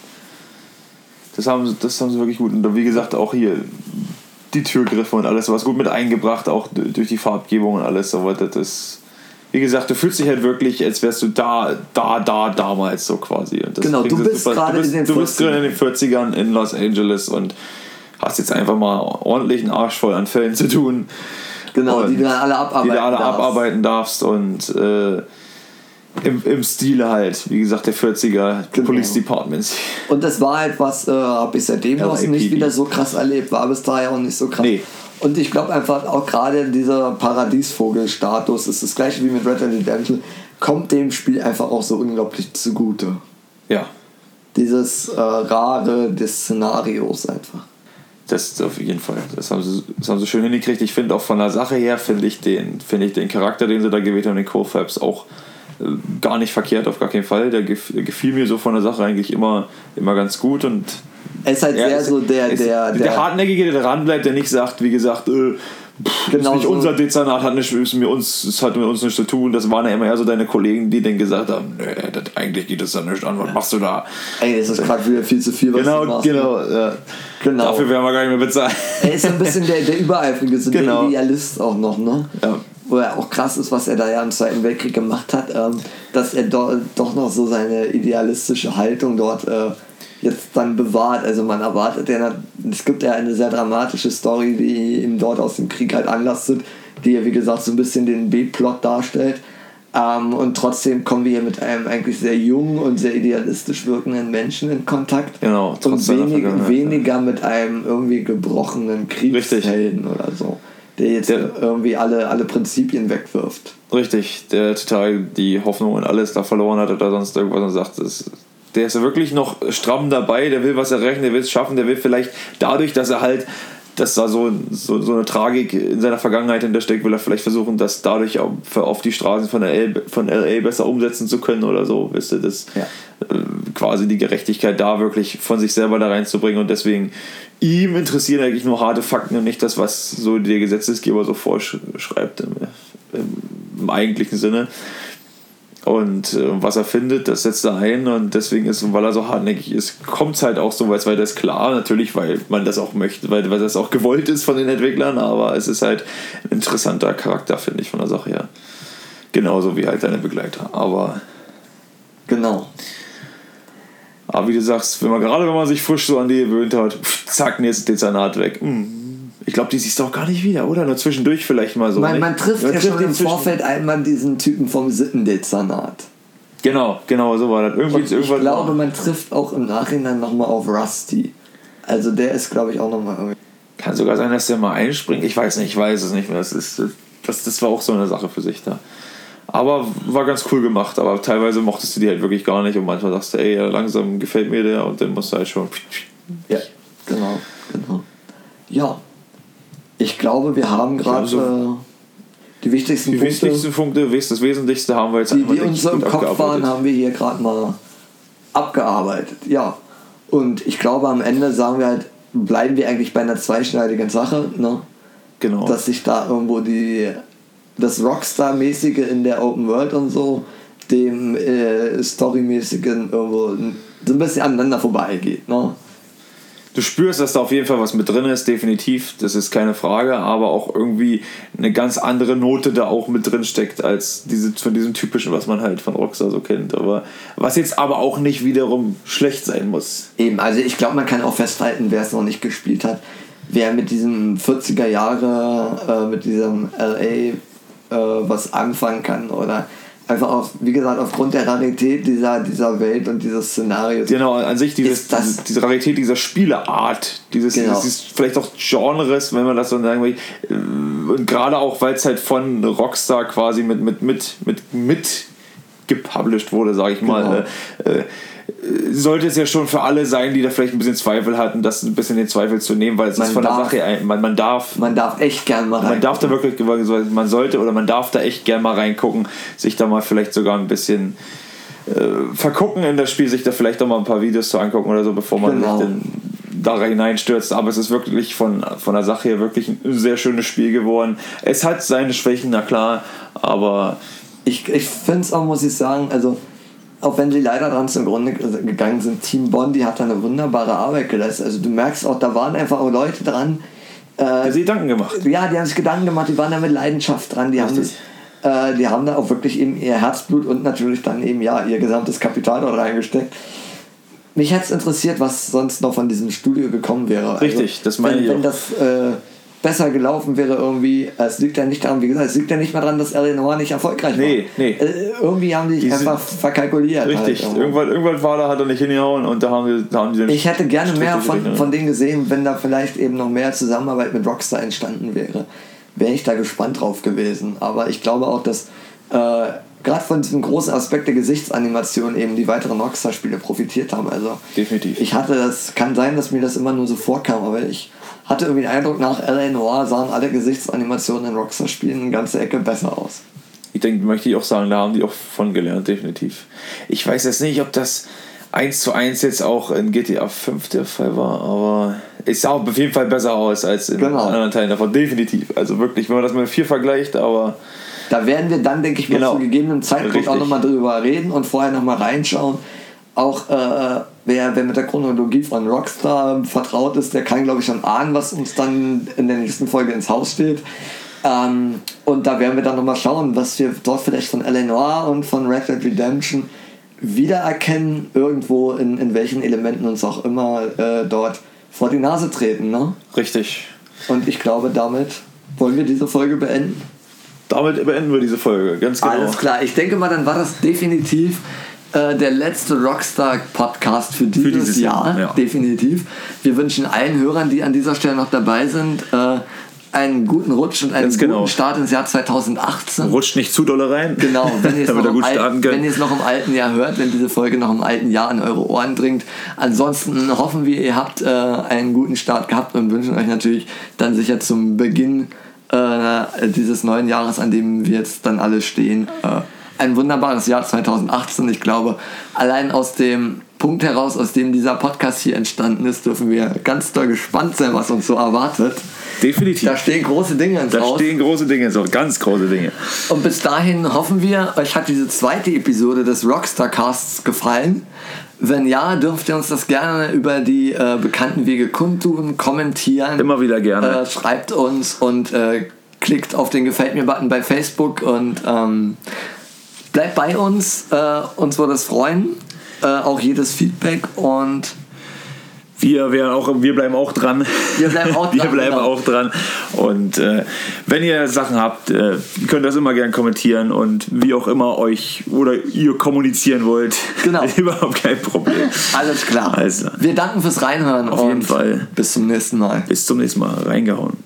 Das haben, sie, das haben sie wirklich gut. Und wie gesagt, auch hier die Türgriffe und alles, was gut mit eingebracht, auch durch die Farbgebung und alles. Aber das ist, wie gesagt, du fühlst dich halt wirklich, als wärst du da, da, da, damals so quasi. Und das genau, du bist gerade in den Du bist gerade in den vierzigern in Los Angeles und hast jetzt einfach mal ordentlich einen Arsch voll an Fällen zu tun. Genau, die du dann alle abarbeiten Die du alle darfst. abarbeiten darfst und äh, im, im Stile halt, wie gesagt, der vierziger genau. Police Departments. Und das war etwas, äh, habe ich seitdem noch nicht wieder so krass erlebt, war bis daher auch nicht so krass. Nee. Und ich glaube einfach auch gerade dieser Paradiesvogel-Status, ist das gleiche wie mit Red Dead Redemption, kommt dem Spiel einfach auch so unglaublich zugute. Ja. Dieses äh, Rare des Szenarios einfach. Das auf jeden Fall. Das haben sie, das haben sie schön hingekriegt. Ich finde auch von der Sache her, finde ich, den, find ich den Charakter, den sie da gewählt haben, den Kofabs, auch äh, gar nicht verkehrt, auf gar keinen Fall. Der gef- gefiel mir so von der Sache eigentlich immer, immer ganz gut. Und er ist halt er sehr ist, so der, ist, der, der, der, Hartnäckige, der dran bleibt, der nicht sagt, wie gesagt, äh, pff, genau ist nicht so. unser Dezernat, hat nicht, ist mir uns, das hat mit uns nichts zu tun. Das waren ja immer eher so deine Kollegen, die dann gesagt haben, nee, das, eigentlich geht das da nicht an, was ja. machst du da? Ey, das ist gerade wieder viel zu viel, was genau, du machst. Genau, ja. Genau. Dafür werden wir gar nicht mehr bezahlt. Er ist ein bisschen der, der Übereifrige, so genau. der Idealist auch noch, ne? Ja. Wo er auch krass ist, was er da ja im Zweiten Weltkrieg gemacht hat, ähm, dass er do, doch noch so seine idealistische Haltung dort äh, jetzt dann bewahrt. Also man erwartet ja, es gibt ja eine sehr dramatische Story, die ihm dort aus dem Krieg halt anlastet, die ja wie gesagt so ein bisschen den B-Plot darstellt. Ähm, und trotzdem kommen wir hier mit einem eigentlich sehr jungen und sehr idealistisch wirkenden Menschen in Kontakt. Genau, und wenig, weniger mit einem irgendwie gebrochenen Kriegshelden oder so, der jetzt der, irgendwie alle, alle Prinzipien wegwirft. Richtig, der total die Hoffnung und alles da verloren hat oder sonst irgendwas und sagt, das, der ist wirklich noch stramm dabei, der will was erreichen, der will es schaffen, der will vielleicht dadurch, dass er halt dass da so, so, so eine Tragik in seiner Vergangenheit hintersteckt, will er vielleicht versuchen, das dadurch auf, auf die Straßen von L A, von L A besser umsetzen zu können oder so, wisst ihr, das ja. äh, quasi die Gerechtigkeit da wirklich von sich selber da reinzubringen und deswegen ihm interessieren eigentlich nur harte Fakten und nicht das, was so der Gesetzesgeber so vorschreibt im, im, im eigentlichen Sinne. Und äh, was er findet, das setzt er ein und deswegen ist, weil er so hartnäckig ist, kommt es halt auch so, weil es ist klar, natürlich, weil man das auch möchte, weil, weil das auch gewollt ist von den Entwicklern, aber es ist halt ein interessanter Charakter, finde ich, von der Sache her. Genauso wie halt seine Begleiter, aber genau. Aber wie du sagst, wenn man gerade wenn man sich frisch so an die gewöhnt hat, zack, nächstes Dezernat weg. Hm. Ich glaube, die siehst du auch gar nicht wieder, oder? Nur zwischendurch vielleicht mal so. Man, man trifft man ja trifft schon im Vorfeld einmal diesen Typen vom Sittendezernat. Genau, genau, so war das. Irgendwie und ich glaube, war. man trifft auch im Nachhinein nochmal auf Rusty. Also der ist, glaube ich, auch nochmal irgendwie... Kann sogar sein, dass der mal einspringt. Ich weiß nicht, ich weiß es nicht mehr. Das, ist, das, das war auch so eine Sache für sich da. Aber war ganz cool gemacht. Aber teilweise mochtest du die halt wirklich gar nicht. Und manchmal sagst du, ey, langsam gefällt mir der. Und dann musst du halt schon... Ja, genau, genau. Ja. Ich glaube, wir haben gerade so äh, die wichtigsten die Punkte. Die wichtigsten Punkte, das Wesentlichste haben wir jetzt die, die uns so im Kopf waren, haben wir hier gerade mal abgearbeitet. Ja. Und ich glaube, am Ende sagen wir halt, bleiben wir eigentlich bei einer zweischneidigen Sache, ne? Genau. Dass sich da irgendwo die das Rockstar-mäßige in der Open World und so dem äh, Story-mäßigen irgendwo so ein bisschen aneinander vorbeigeht, ne? Du spürst, dass da auf jeden Fall was mit drin ist, definitiv, das ist keine Frage, aber auch irgendwie eine ganz andere Note da auch mit drin steckt, als diese, von diesem typischen, was man halt von Rockstar so kennt. Aber was jetzt aber auch nicht wiederum schlecht sein muss. Eben, also ich glaube, man kann auch festhalten, wer es noch nicht gespielt hat, wer mit diesem vierziger Jahre, äh, mit diesem L A äh, was anfangen kann oder einfach auf, wie gesagt, aufgrund der Rarität dieser, dieser Welt und dieses Szenarios. Genau, an sich dieses, diese, diese Rarität dieser Spieleart, dieses, genau. dieses, dieses vielleicht auch Genres, wenn man das so sagen will. Und gerade auch, weil es halt von Rockstar quasi mit, mit, mit, mit, mit gepublished wurde, sage ich mal. Genau. Äh, sollte es ja schon für alle sein, die da vielleicht ein bisschen Zweifel hatten, das ein bisschen den Zweifel zu nehmen, weil es man ist von darf, der Sache ein, man, man darf man darf echt gern mal rein man darf da wirklich man sollte oder man darf da echt gern mal reingucken, sich da mal vielleicht sogar ein bisschen äh, vergucken in das Spiel, sich da vielleicht auch mal ein paar Videos zu angucken oder so, bevor man genau. sich dann da hineinstürzt, aber es ist wirklich von, von der Sache her wirklich ein sehr schönes Spiel geworden. Es hat seine Schwächen, na klar, aber ich, ich finde es auch, muss ich sagen, also auch wenn sie leider dran zugrunde gegangen sind, Team Bondi hat da eine wunderbare Arbeit geleistet. Also du merkst auch, da waren einfach auch Leute dran. Äh, die sich Gedanken gemacht. Ja, die haben sich Gedanken gemacht, die waren da mit Leidenschaft dran. Die haben, das, äh, die haben da auch wirklich eben ihr Herzblut und natürlich dann eben ja ihr gesamtes Kapital dort reingesteckt. Mich hätte es interessiert, was sonst noch von diesem Studio gekommen wäre. Richtig, also, das meine wenn, ich auch. Wenn das äh, besser gelaufen wäre irgendwie, es liegt ja nicht daran, wie gesagt, es liegt ja nicht mal daran, dass L A Noire nicht erfolgreich war. Nee, nee. Äh, irgendwie haben die sich einfach verkalkuliert. Richtig, halt irgendwann, irgendwann war da, hat er nicht hingehauen und da haben die, da haben die den Ich hätte gerne Striche mehr von, von denen gesehen, wenn da vielleicht eben noch mehr Zusammenarbeit mit Rockstar entstanden wäre. Wäre ich da gespannt drauf gewesen. Aber ich glaube auch, dass äh, gerade von diesem großen Aspekt der Gesichtsanimation eben die weiteren Rockstar-Spiele profitiert haben. Also definitiv. Ich hatte das, kann sein, dass mir das immer nur so vorkam, aber ich hatte irgendwie den Eindruck, nach L A Noire sahen alle Gesichtsanimationen in Rockstar-Spielen eine ganze Ecke besser aus. Ich denke, möchte ich auch sagen, da haben die auch von gelernt, definitiv. Ich weiß jetzt nicht, ob das eins zu eins jetzt auch in G T A fünf der Fall war, aber es sah auf jeden Fall besser aus als in genau. anderen Teilen davon, definitiv. Also wirklich, wenn man das mit vier vergleicht, aber... Da werden wir dann, denke ich, mal genau. zu gegebenem Zeitpunkt Richtig. auch nochmal drüber reden und vorher nochmal reinschauen. Auch äh, wer, wer mit der Chronologie von Rockstar vertraut ist, der kann, glaube ich, schon ahnen, was uns dann in der nächsten Folge ins Haus steht. Ähm, und da werden wir dann nochmal schauen, was wir dort vielleicht von L A Noire und von Red Dead Redemption wiedererkennen, irgendwo in, in welchen Elementen uns auch immer äh, dort vor die Nase treten. Ne? Richtig. Und ich glaube, damit wollen wir diese Folge beenden. Damit beenden wir diese Folge, ganz genau. Alles klar, ich denke mal, dann war das definitiv äh, der letzte Rockstar-Podcast für dieses, für dieses Jahr. Jahr. Ja. Definitiv. Wir wünschen allen Hörern, die an dieser Stelle noch dabei sind, äh, einen guten Rutsch und einen ganz guten genau. Start ins Jahr zweitausendachtzehn. Rutscht nicht zu doll rein. Genau, wenn ihr es noch, noch im alten Jahr hört, wenn diese Folge noch im alten Jahr in eure Ohren dringt. Ansonsten hoffen wir, ihr habt äh, einen guten Start gehabt und wünschen euch natürlich dann sicher zum Beginn äh, dieses neuen Jahres, an dem wir jetzt dann alle stehen, äh, ein wunderbares Jahr zweitausendachtzehn. Ich glaube, allein aus dem Punkt heraus, aus dem dieser Podcast hier entstanden ist, dürfen wir ganz doll gespannt sein, was uns so erwartet. Definitiv. Da stehen große Dinge ins Haus. Da stehen große Dinge ins Haus, ganz große Dinge. Und bis dahin hoffen wir, euch hat diese zweite Episode des Rockstar Casts gefallen. Wenn ja, dürft ihr uns das gerne über die äh, bekannten Wege kundtun, kommentieren. Immer wieder gerne. Äh, schreibt uns und äh, klickt auf den Gefällt mir-Button bei Facebook und ähm, bleibt bei uns. Äh, uns würde es freuen. Äh, auch jedes Feedback und Wir, auch, wir bleiben auch dran. Wir bleiben auch dran. wir bleiben genau. auch dran. Und äh, wenn ihr Sachen habt, äh, könnt ihr das immer gerne kommentieren und wie auch immer euch oder ihr kommunizieren wollt. Genau. Überhaupt kein Problem. Alles klar. Also, wir danken fürs Reinhören. Auf jeden Fall. Bis zum nächsten Mal. Bis zum nächsten Mal. Reingehauen.